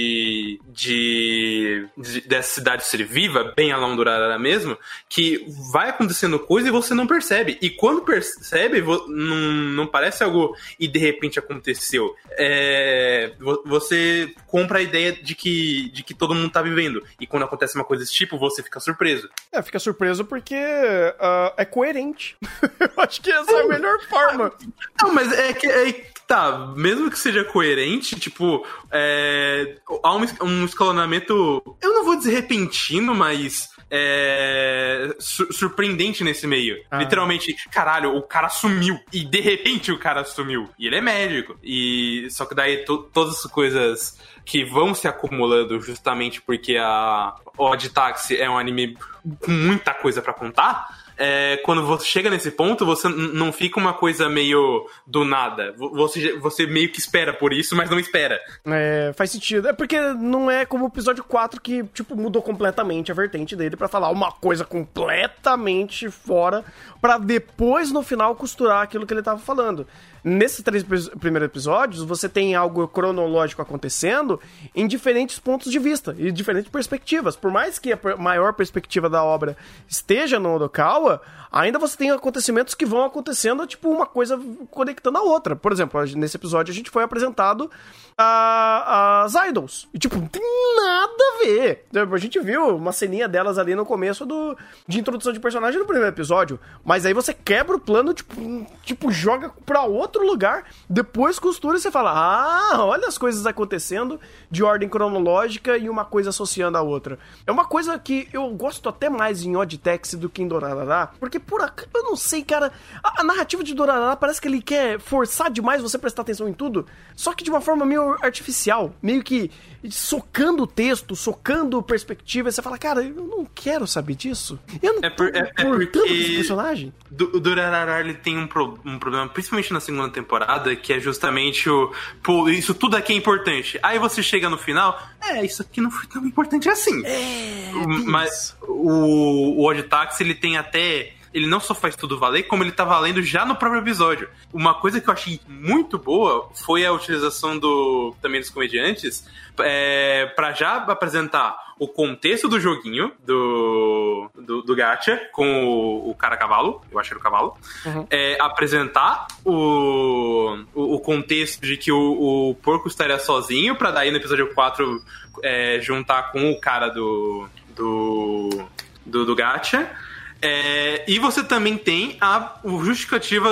de, de, de dessa cidade ser viva, bem além do Urarara mesmo, que vai acontecendo coisa e você não percebe. E quando percebe, não, não parece algo e de repente aconteceu. É, você compra a ideia de que, de que todo mundo tá vivendo. E quando acontece uma coisa desse tipo, você fica surpreso. É, fica surpreso porque uh, é coerente. Eu acho que essa é a melhor forma. Não, mas é que... É, tá, mesmo que seja coerente, tipo, é, há um, um escalonamento, eu não vou dizer repentino, mas é, sur- surpreendente nesse meio. Ah. Literalmente, caralho, o cara sumiu. E de repente o cara sumiu. E ele é médico. E, só que daí to- todas as coisas que vão se acumulando justamente porque a Odd Taxi é um anime com muita coisa pra contar. É, quando você chega nesse ponto, você n- não fica uma coisa meio do nada. Você, você meio que espera por isso, mas não espera. É, faz sentido. É porque não é como o episódio quatro que, tipo, mudou completamente a vertente dele pra falar uma coisa completamente fora pra depois, no final, costurar aquilo que ele tava falando. Nesses três primeiros episódios, você tem algo cronológico acontecendo em diferentes pontos de vista e diferentes perspectivas. Por mais que a maior perspectiva da obra esteja no Odokawa, ainda você tem acontecimentos que vão acontecendo, tipo, uma coisa conectando a outra. Por exemplo, nesse episódio a gente foi apresentado a, as idols. E, tipo, não tem nada a ver. A gente viu uma ceninha delas ali no começo do, de introdução de personagem no primeiro episódio. Mas aí você quebra o plano, tipo, tipo joga pra outro lugar, depois costura e você fala, ah, olha as coisas acontecendo de ordem cronológica e uma coisa associando a outra. É uma coisa que eu gosto até mais em Odd Taxi do que em Dorarara, porque por acaso, eu não sei, cara, a, a narrativa de Dorarara parece que ele quer forçar demais você prestar atenção em tudo, só que de uma forma meio artificial, meio que socando o texto, socando perspectiva, e você fala, cara, eu não quero saber disso. Eu não é por, tô é, é importando porque desse personagem. O Durarara, ele tem um, pro, um problema, principalmente na segunda temporada, que é justamente o... Pô, isso tudo aqui é importante. Aí você chega no final, é, isso aqui não foi tão importante assim. É, mas o, o Odd Taxi, ele tem até... Ele não só faz tudo valer, como ele tá valendo já no próprio episódio. Uma coisa que eu achei muito boa foi a utilização do, também dos comediantes é, pra já apresentar o contexto do joguinho, do, do, do gacha, com o, o cara cavalo, eu acho que era o cavalo, uhum. é, apresentar o, o, o contexto de que o, o porco estaria sozinho, pra daí no episódio quatro é, juntar com o cara do, do, do, do gacha. É, e você também tem a justificativa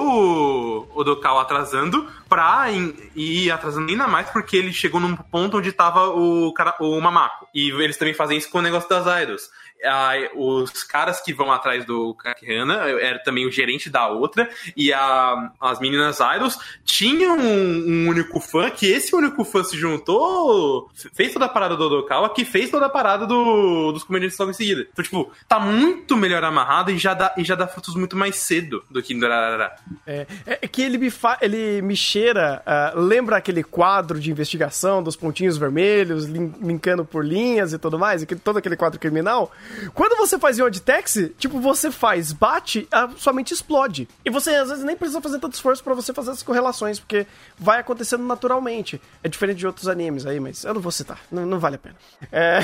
do Odokawa atrasando pra ir atrasando ainda mais porque ele chegou num ponto onde tava o, cara, o Mamako. E eles também fazem isso com o negócio das idols. Ah, os caras que vão atrás do Kakihana era também o gerente da outra, e a, as meninas idols tinham um, um único fã, que esse único fã se juntou, fez toda a parada do Odokawa, que fez toda a parada do, dos comediantes logo em seguida. Então, tipo, tá muito melhor amarrado e já dá, e já dá frutos muito mais cedo do que no Durarara. É, é que ele me, fa- ele me cheira, uh, lembra aquele quadro de investigação dos pontinhos vermelhos, lin- linkando por linhas e tudo mais, aquele, todo aquele quadro criminal. Quando você faz em Odd Taxi, tipo, você faz, bate, a sua mente explode. E você, às vezes, nem precisa fazer tanto esforço pra você fazer essas correlações, porque vai acontecendo naturalmente. É diferente de outros animes aí, mas eu não vou citar, não, não vale a pena. É...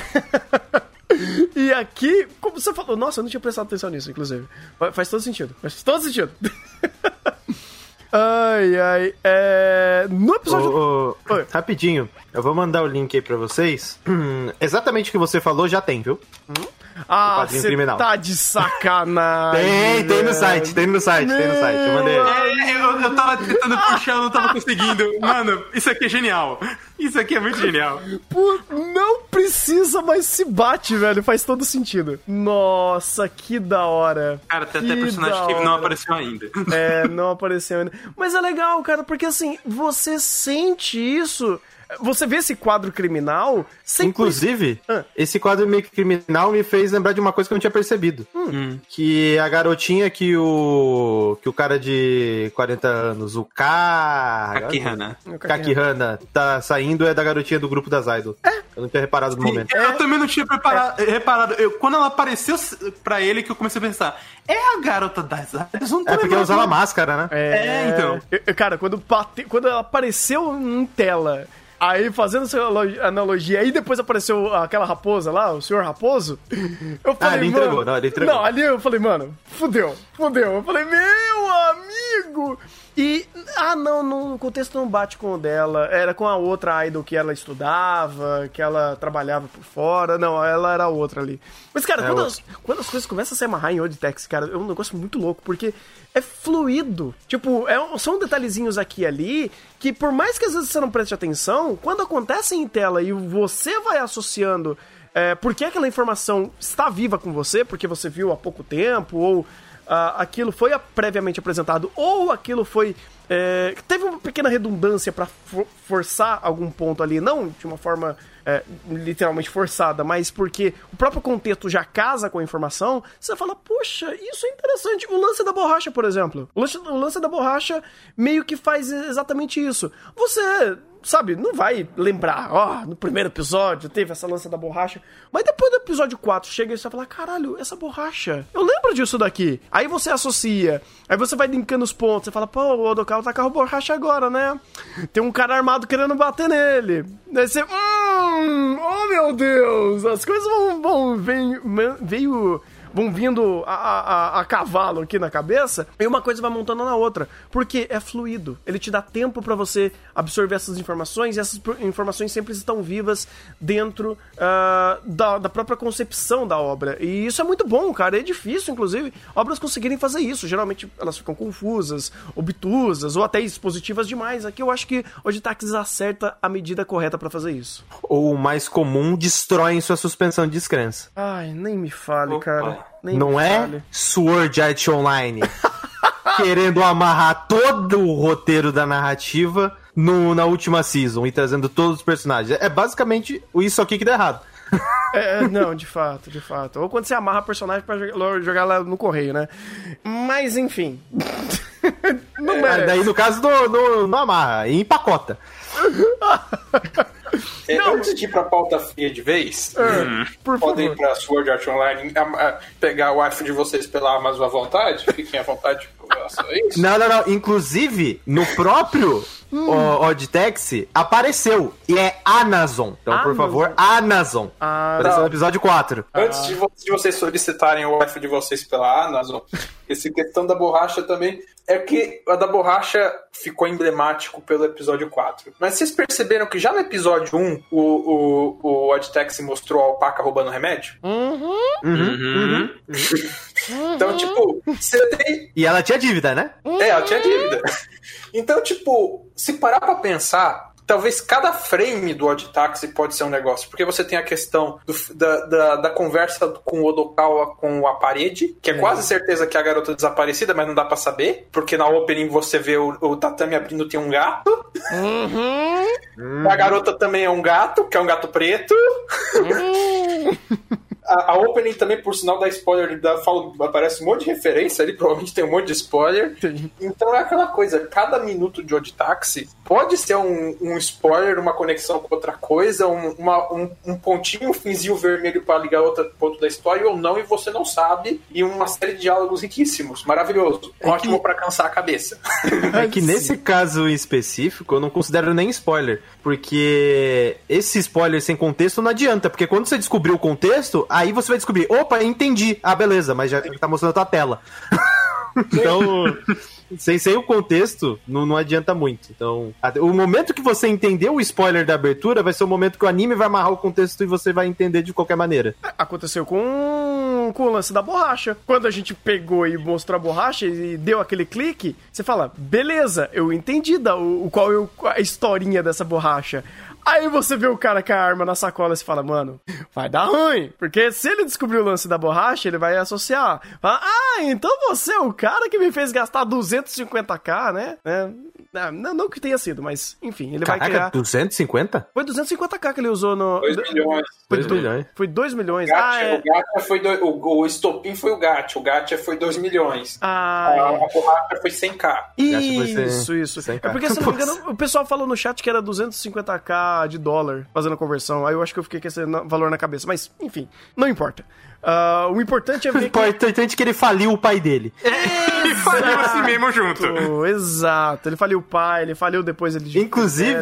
E aqui, como você falou, nossa, eu não tinha prestado atenção nisso, inclusive. Faz todo sentido, faz todo sentido. Ai, ai, é... No episódio... Ô, ô, rapidinho, eu vou mandar o link aí pra vocês. Hum, exatamente o que você falou já tem, viu? Hum? Ah, você tá de sacanagem. Tem, tem no site, tem no site, Meu tem no site. Eu mandei. É, eu, eu tava tentando puxar, eu não tava conseguindo. Mano, isso aqui é genial. Isso aqui é muito genial. Pô, não precisa, mas se bate, velho. Faz todo sentido. Nossa, que da hora. Cara, tem até personagem que não apareceu ainda. É, não apareceu ainda. Mas é legal, cara, porque assim, você sente isso... Você vê esse quadro criminal... Sem Inclusive, ah. esse quadro meio que criminal me fez lembrar de uma coisa que eu não tinha percebido. Hum. Que a garotinha que o... Que o cara de quarenta anos, o K... Kakihana. Kakihana, tá saindo é da garotinha do grupo das idols. É. Eu não tinha reparado no momento. Eu é. também não tinha preparado, é. reparado. Eu, quando ela apareceu pra ele que eu comecei a pensar... É a garota das idols? Não tô é porque ela usava máscara, né? É, é então. Eu, cara, quando, bate... quando ela apareceu em tela... Aí, fazendo essa analogia, aí depois apareceu aquela raposa lá, o senhor Raposo. Eu falei, ah, ele mano... entregou, não, ele entregou. Não, ali eu falei, mano, fudeu, fudeu. Eu falei, meu amigo... E, ah, não, no contexto não bate com o dela. Era com a outra idol que ela estudava, que ela trabalhava por fora. Não, ela era a outra ali. Mas, cara, é quando, as, quando as coisas começam a se amarrar em Odd Taxi, cara, é um negócio muito louco, porque é fluido. Tipo, é, são detalhezinhos aqui e ali que, por mais que às vezes você não preste atenção, quando acontecem em tela e você vai associando é, por que aquela informação está viva com você, porque você viu há pouco tempo, ou... Uh, aquilo foi previamente apresentado, ou aquilo foi... É, teve uma pequena redundância pra for- forçar algum ponto ali, não de uma forma é, literalmente forçada, mas porque o próprio contexto já casa com a informação, você fala, poxa, isso é interessante. O lance da borracha, por exemplo. O lance, o lance da borracha meio que faz exatamente isso. Você... sabe, não vai lembrar, ó, no primeiro episódio teve essa lança da borracha, mas depois do episódio quatro chega e você vai falar, caralho, essa borracha, eu lembro disso daqui. Aí você associa, aí você vai linkando os pontos, você fala, pô, o Odokawa tá com a borracha agora, né? Tem um cara armado querendo bater nele. Daí você, hum, oh meu Deus, as coisas vão, vão vem, veio... vão vindo a, a, a cavalo aqui na cabeça, e uma coisa vai montando na outra, porque é fluido, ele te dá tempo pra você absorver essas informações, e essas informações sempre estão vivas dentro uh, da, da própria concepção da obra, e isso é muito bom, cara, é difícil, inclusive, obras conseguirem fazer isso, geralmente elas ficam confusas, obtusas, ou até expositivas demais. Aqui eu acho que o Odd Taxi acerta a medida correta pra fazer isso. Ou o mais comum, destroem sua suspensão de descrença. Ai, nem me fale, Opa. cara. Nem Não me é fale. Sword Art Online querendo amarrar todo o roteiro da narrativa no, na última season e trazendo todos os personagens. É basicamente isso aqui que dá errado. É, não, de fato, de fato. Ou quando você amarra personagem pra jogar, jogar lá no correio, né? Mas, enfim. Não merece. É, daí, no caso, não, não, não amarra, empacota. É, Não. Antes de ir pra pauta fria de vez, É, por podem ir favor. pra Sword Art Online, a, a, pegar o iPhone de vocês pela Amazon à vontade, fiquem à vontade com relação a isso. Não, não, não. Inclusive, no próprio o Odd Taxi, apareceu. E é Amazon. Então, por Amazon. favor, Amazon. Ah, Apareceu tá. no episódio quatro. Antes de, vo- de vocês solicitarem o iPhone de vocês pela Amazon, essa questão da borracha também é que a da borracha ficou emblemático pelo episódio quatro. Mas vocês perceberam que já no episódio um, o, o, o Odd Taxi mostrou a alpaca roubando remédio? Uhum. Uhum. Então, tipo, você tem... E ela tinha dívida, né? É, ela tinha dívida. Então, tipo, se parar pra pensar, talvez cada frame do Odd Taxi pode ser um negócio, porque você tem a questão do- da, da, da conversa com o Odokawa com a parede, que é quase certeza que é a garota desaparecida, mas não dá pra saber, porque na opening você vê o, o tatame abrindo, tem um gato. A garota também é um gato, que é um gato preto. A, a opening também, por sinal, dá spoiler, dá, fala, aparece um monte de referência ali, provavelmente tem um monte de spoiler. Tem. Então é aquela coisa, cada minuto de Odd Taxi pode ser um, um spoiler, uma conexão com outra coisa, um, uma- um, um pontinho, um finzinho vermelho pra ligar outro ponto da história ou não, e você não sabe, e uma série de diálogos riquíssimos, maravilhoso, ótimo pra cansar a cabeça. É que nesse caso em específico, eu não considero nem spoiler. Porque esse spoiler sem contexto não adianta. Porque quando você descobrir o contexto, aí você vai descobrir, opa, entendi. Ah, beleza, mas já tá mostrando a tua tela. Então, sem, sem o contexto, não, não adianta muito. Então, a- o momento que você entendeu o spoiler da abertura vai ser o momento que o anime vai amarrar o contexto e você vai entender de qualquer maneira. Aconteceu com, com o lance da borracha. Quando a gente pegou e mostrou a borracha e deu aquele clique, você fala, beleza, eu entendi da, o, o qual é o- a historinha dessa borracha. Aí você vê o cara com a arma na sacola e você fala, mano, vai dar ruim. Porque se ele descobrir o lance da borracha, ele vai associar. Fala, ah, então você é o cara que me fez gastar duzentos e cinquenta k, né? É, não, não que tenha sido, mas enfim, ele vai Caraca, criar... duzentos e cinquenta? Foi duzentos e cinquenta k que ele usou no... dois milhões. Foi dois do- milhões. Foi dois milhões. Gacha, Ah, é. O gacha foi do, o, o estopim foi o gacha, o gacha foi dois milhões. Ah, A, é. a borracha foi cem k. Gacha foi cem- Isso, isso. cem É k. porque, se não me engano, o pessoal falou no chat que era duzentos e cinquenta k de dólar fazendo a conversão. Aí eu acho que eu fiquei com esse na- valor na cabeça. Mas, enfim, não importa. Ah, o importante é O ver que... importante é que ele faliu o pai dele. E faliu assim mesmo junto. Exato, exato. Ele faliu o pai, ele faliu depois ele... Inclusive,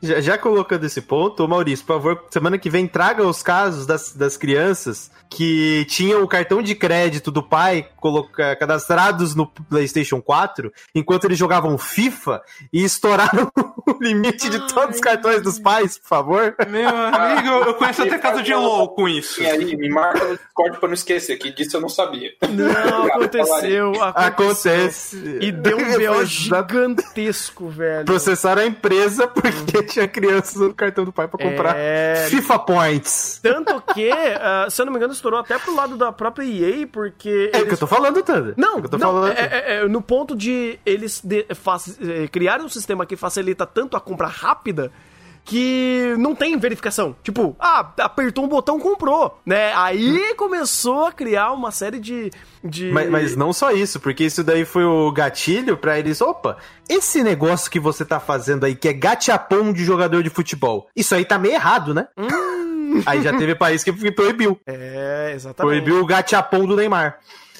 Já, já colocando esse ponto, ô Maurício, por favor, semana que vem traga os casos das, das crianças que tinham o cartão de crédito do pai coloca, cadastrados no PlayStation quatro, enquanto eles jogavam FIFA e estouraram o limite de todos os cartões dos pais, por favor. Meu amigo, eu conheço até caso de LOL com isso. E aí, me marca no Discord pra não esquecer, que disso eu não sabia. Não, aconteceu, aconteceu. Acontece. E deu um B O gigantesco, velho. Processaram a empresa porque tinha crianças no cartão do pai pra comprar É... FIFA Points. Tanto que, uh, se eu não me engano, estourou até pro lado da própria E A, porque... É o eles... que eu tô falando, Thunder. Não, é o que eu tô não falando. é, é, é, no ponto de eles de, faz, é, criarem um sistema que facilita tanto a compra rápida que não tem verificação. Tipo, ah, apertou um botão, comprou, né? Aí começou a criar uma série de... de... Mas, mas não só isso, porque isso daí foi o gatilho pra eles, opa, esse negócio que você tá fazendo aí, que é gachapon de jogador de futebol, isso aí tá meio errado, né? Hum. Aí já teve país que proibiu. É, exatamente. Proibiu o gachapon do Neymar.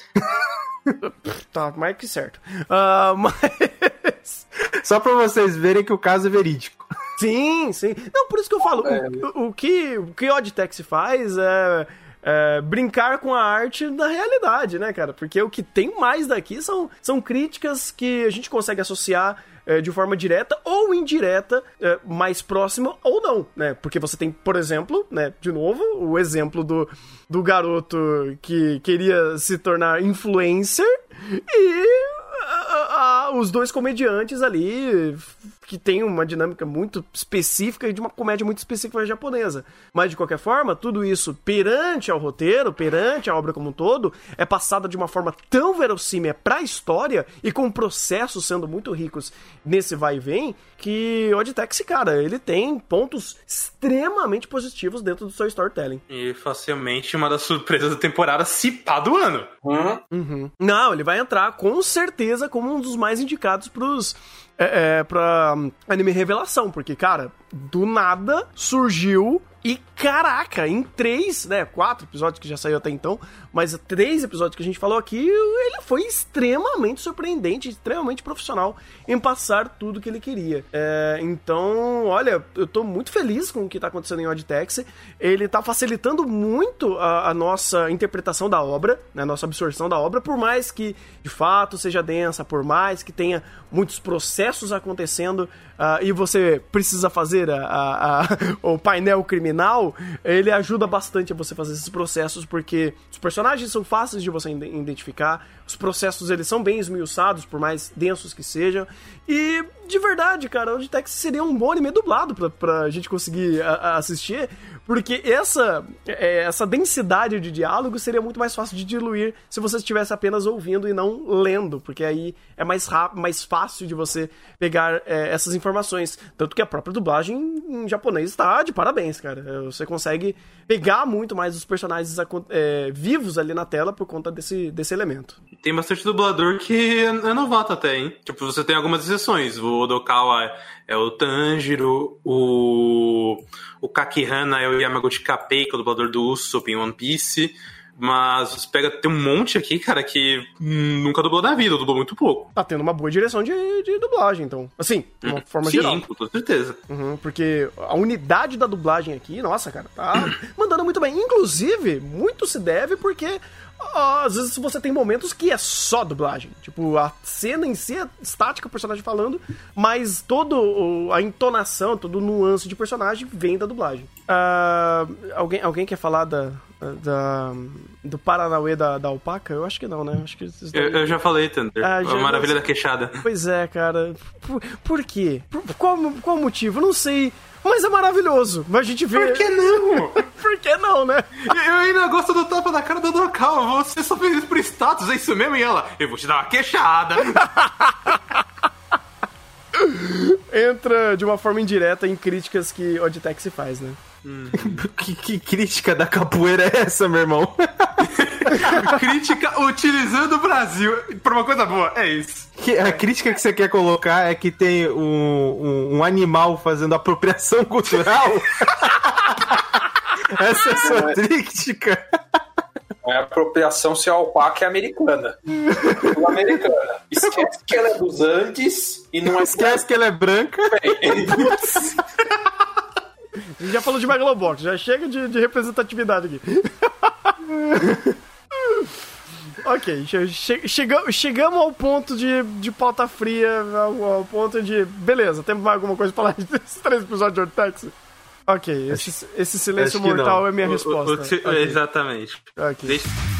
Tá, mais que certo. Uh, mas... Só pra vocês verem que o caso é verídico. Sim, sim. Não, por isso que eu falo, é. o, o, que, o que o Oddtex faz é, é brincar com a arte da realidade, né, cara? Porque o que tem mais daqui são, são críticas que a gente consegue associar é, de forma direta ou indireta, é, mais próxima ou não, né? Porque você tem, por exemplo, né, de novo, o exemplo do, do garoto que queria se tornar influencer e... A, a, os dois comediantes ali que tem uma dinâmica muito específica e de uma comédia muito específica japonesa. Mas, de qualquer forma, tudo isso perante ao roteiro, perante a obra como um todo, é passada de uma forma tão verossímil pra história e com processos sendo muito ricos nesse vai e vem, que o Oddtex, cara, ele tem pontos extremamente positivos dentro do seu storytelling. E facilmente uma das surpresas da temporada, se pá, do ano. Uhum. Uhum. Não, ele vai entrar com certeza como um dos mais indicados pros... É, é, pra anime revelação, porque, cara, do nada surgiu e, caraca, em três, né, quatro episódios que já saiu até então, mas três episódios que a gente falou aqui, ele foi extremamente surpreendente, extremamente profissional em passar tudo que ele queria. É, então, olha, eu tô muito feliz com o que tá acontecendo em Oddtex. Ele tá facilitando muito a, a nossa interpretação da obra, né, a nossa absorção da obra, por mais que, de fato, seja densa, por mais que tenha muitos processos acontecendo uh, e você precisa fazer a, a, a, o painel criminal, ele ajuda bastante a você fazer esses processos, porque os personagens são fáceis de você identificar, os processos eles são bem esmiuçados, por mais densos que sejam, e de verdade, cara, o Oddtex seria um bom anime dublado pra, pra gente conseguir a, a assistir, porque essa, é, essa densidade de diálogo seria muito mais fácil de diluir se você estivesse apenas ouvindo e não lendo, porque aí é mais rápido, mais fácil de você pegar é, essas informações. Tanto que a própria dublagem em japonês está de parabéns, cara. Você consegue pegar muito mais os personagens é, vivos ali na tela por conta desse, desse elemento. Tem bastante dublador que é novato até, hein? Tipo, você tem algumas exceções. O Odokawa é o Tanjiro, o, o Kakihana é o Yamaguchi Kapei, que é o dublador do Usopp em One Piece. Mas você pega, tem um monte aqui, cara, que nunca dublou na vida, dublou muito pouco. Tá tendo uma boa direção de, de dublagem, então. Assim, de uma uhum. forma Sim, geral. Sim, com certeza. Uhum, porque a unidade da dublagem aqui, nossa, cara, tá mandando muito bem. Inclusive, muito se deve porque... às vezes você tem momentos que é só dublagem. Tipo, a cena em si é estática, o personagem falando, mas toda a entonação, todo o nuance de personagem vem da dublagem. Uh, alguém, alguém quer falar da, da, do Paranauê da, da alpaca? Eu acho que não, né? Acho que eu, eu já falei, Thunder. Ah, já, a maravilha da queixada. Pois é, cara. Por, por quê? Por, qual, qual motivo? Eu não sei. Mas é maravilhoso. A gente vê... Por que não? Por que não, né? Eu ainda gosto do tapa da cara do Odokawa. Você só fez isso por status, é isso mesmo? E ela, eu vou te dar uma queixada. Entra de uma forma indireta em críticas que o Oddtex faz, né? Hum. que, que crítica da capoeira é essa, meu irmão? Crítica utilizando o Brasil pra uma coisa boa, é isso. Que, a crítica que você quer colocar é que tem um, um, um animal fazendo apropriação cultural? Essa é a sua crítica? é apropriação se a alpaca é americana. Ela é americana. Esquece que ela é dos Andes e não é... Esquece que ela é branca. A gente já falou de Megalobox, já chega de, de representatividade aqui. Ok, che chegamos, chegamos ao ponto de, de pauta fria, ao, ao ponto de... Beleza, temos mais alguma coisa pra falar desses três episódios de Odd Taxi? Ok, esse, esse silêncio mortal é minha o, resposta. O, o, okay. Exatamente. Okay. Deixa...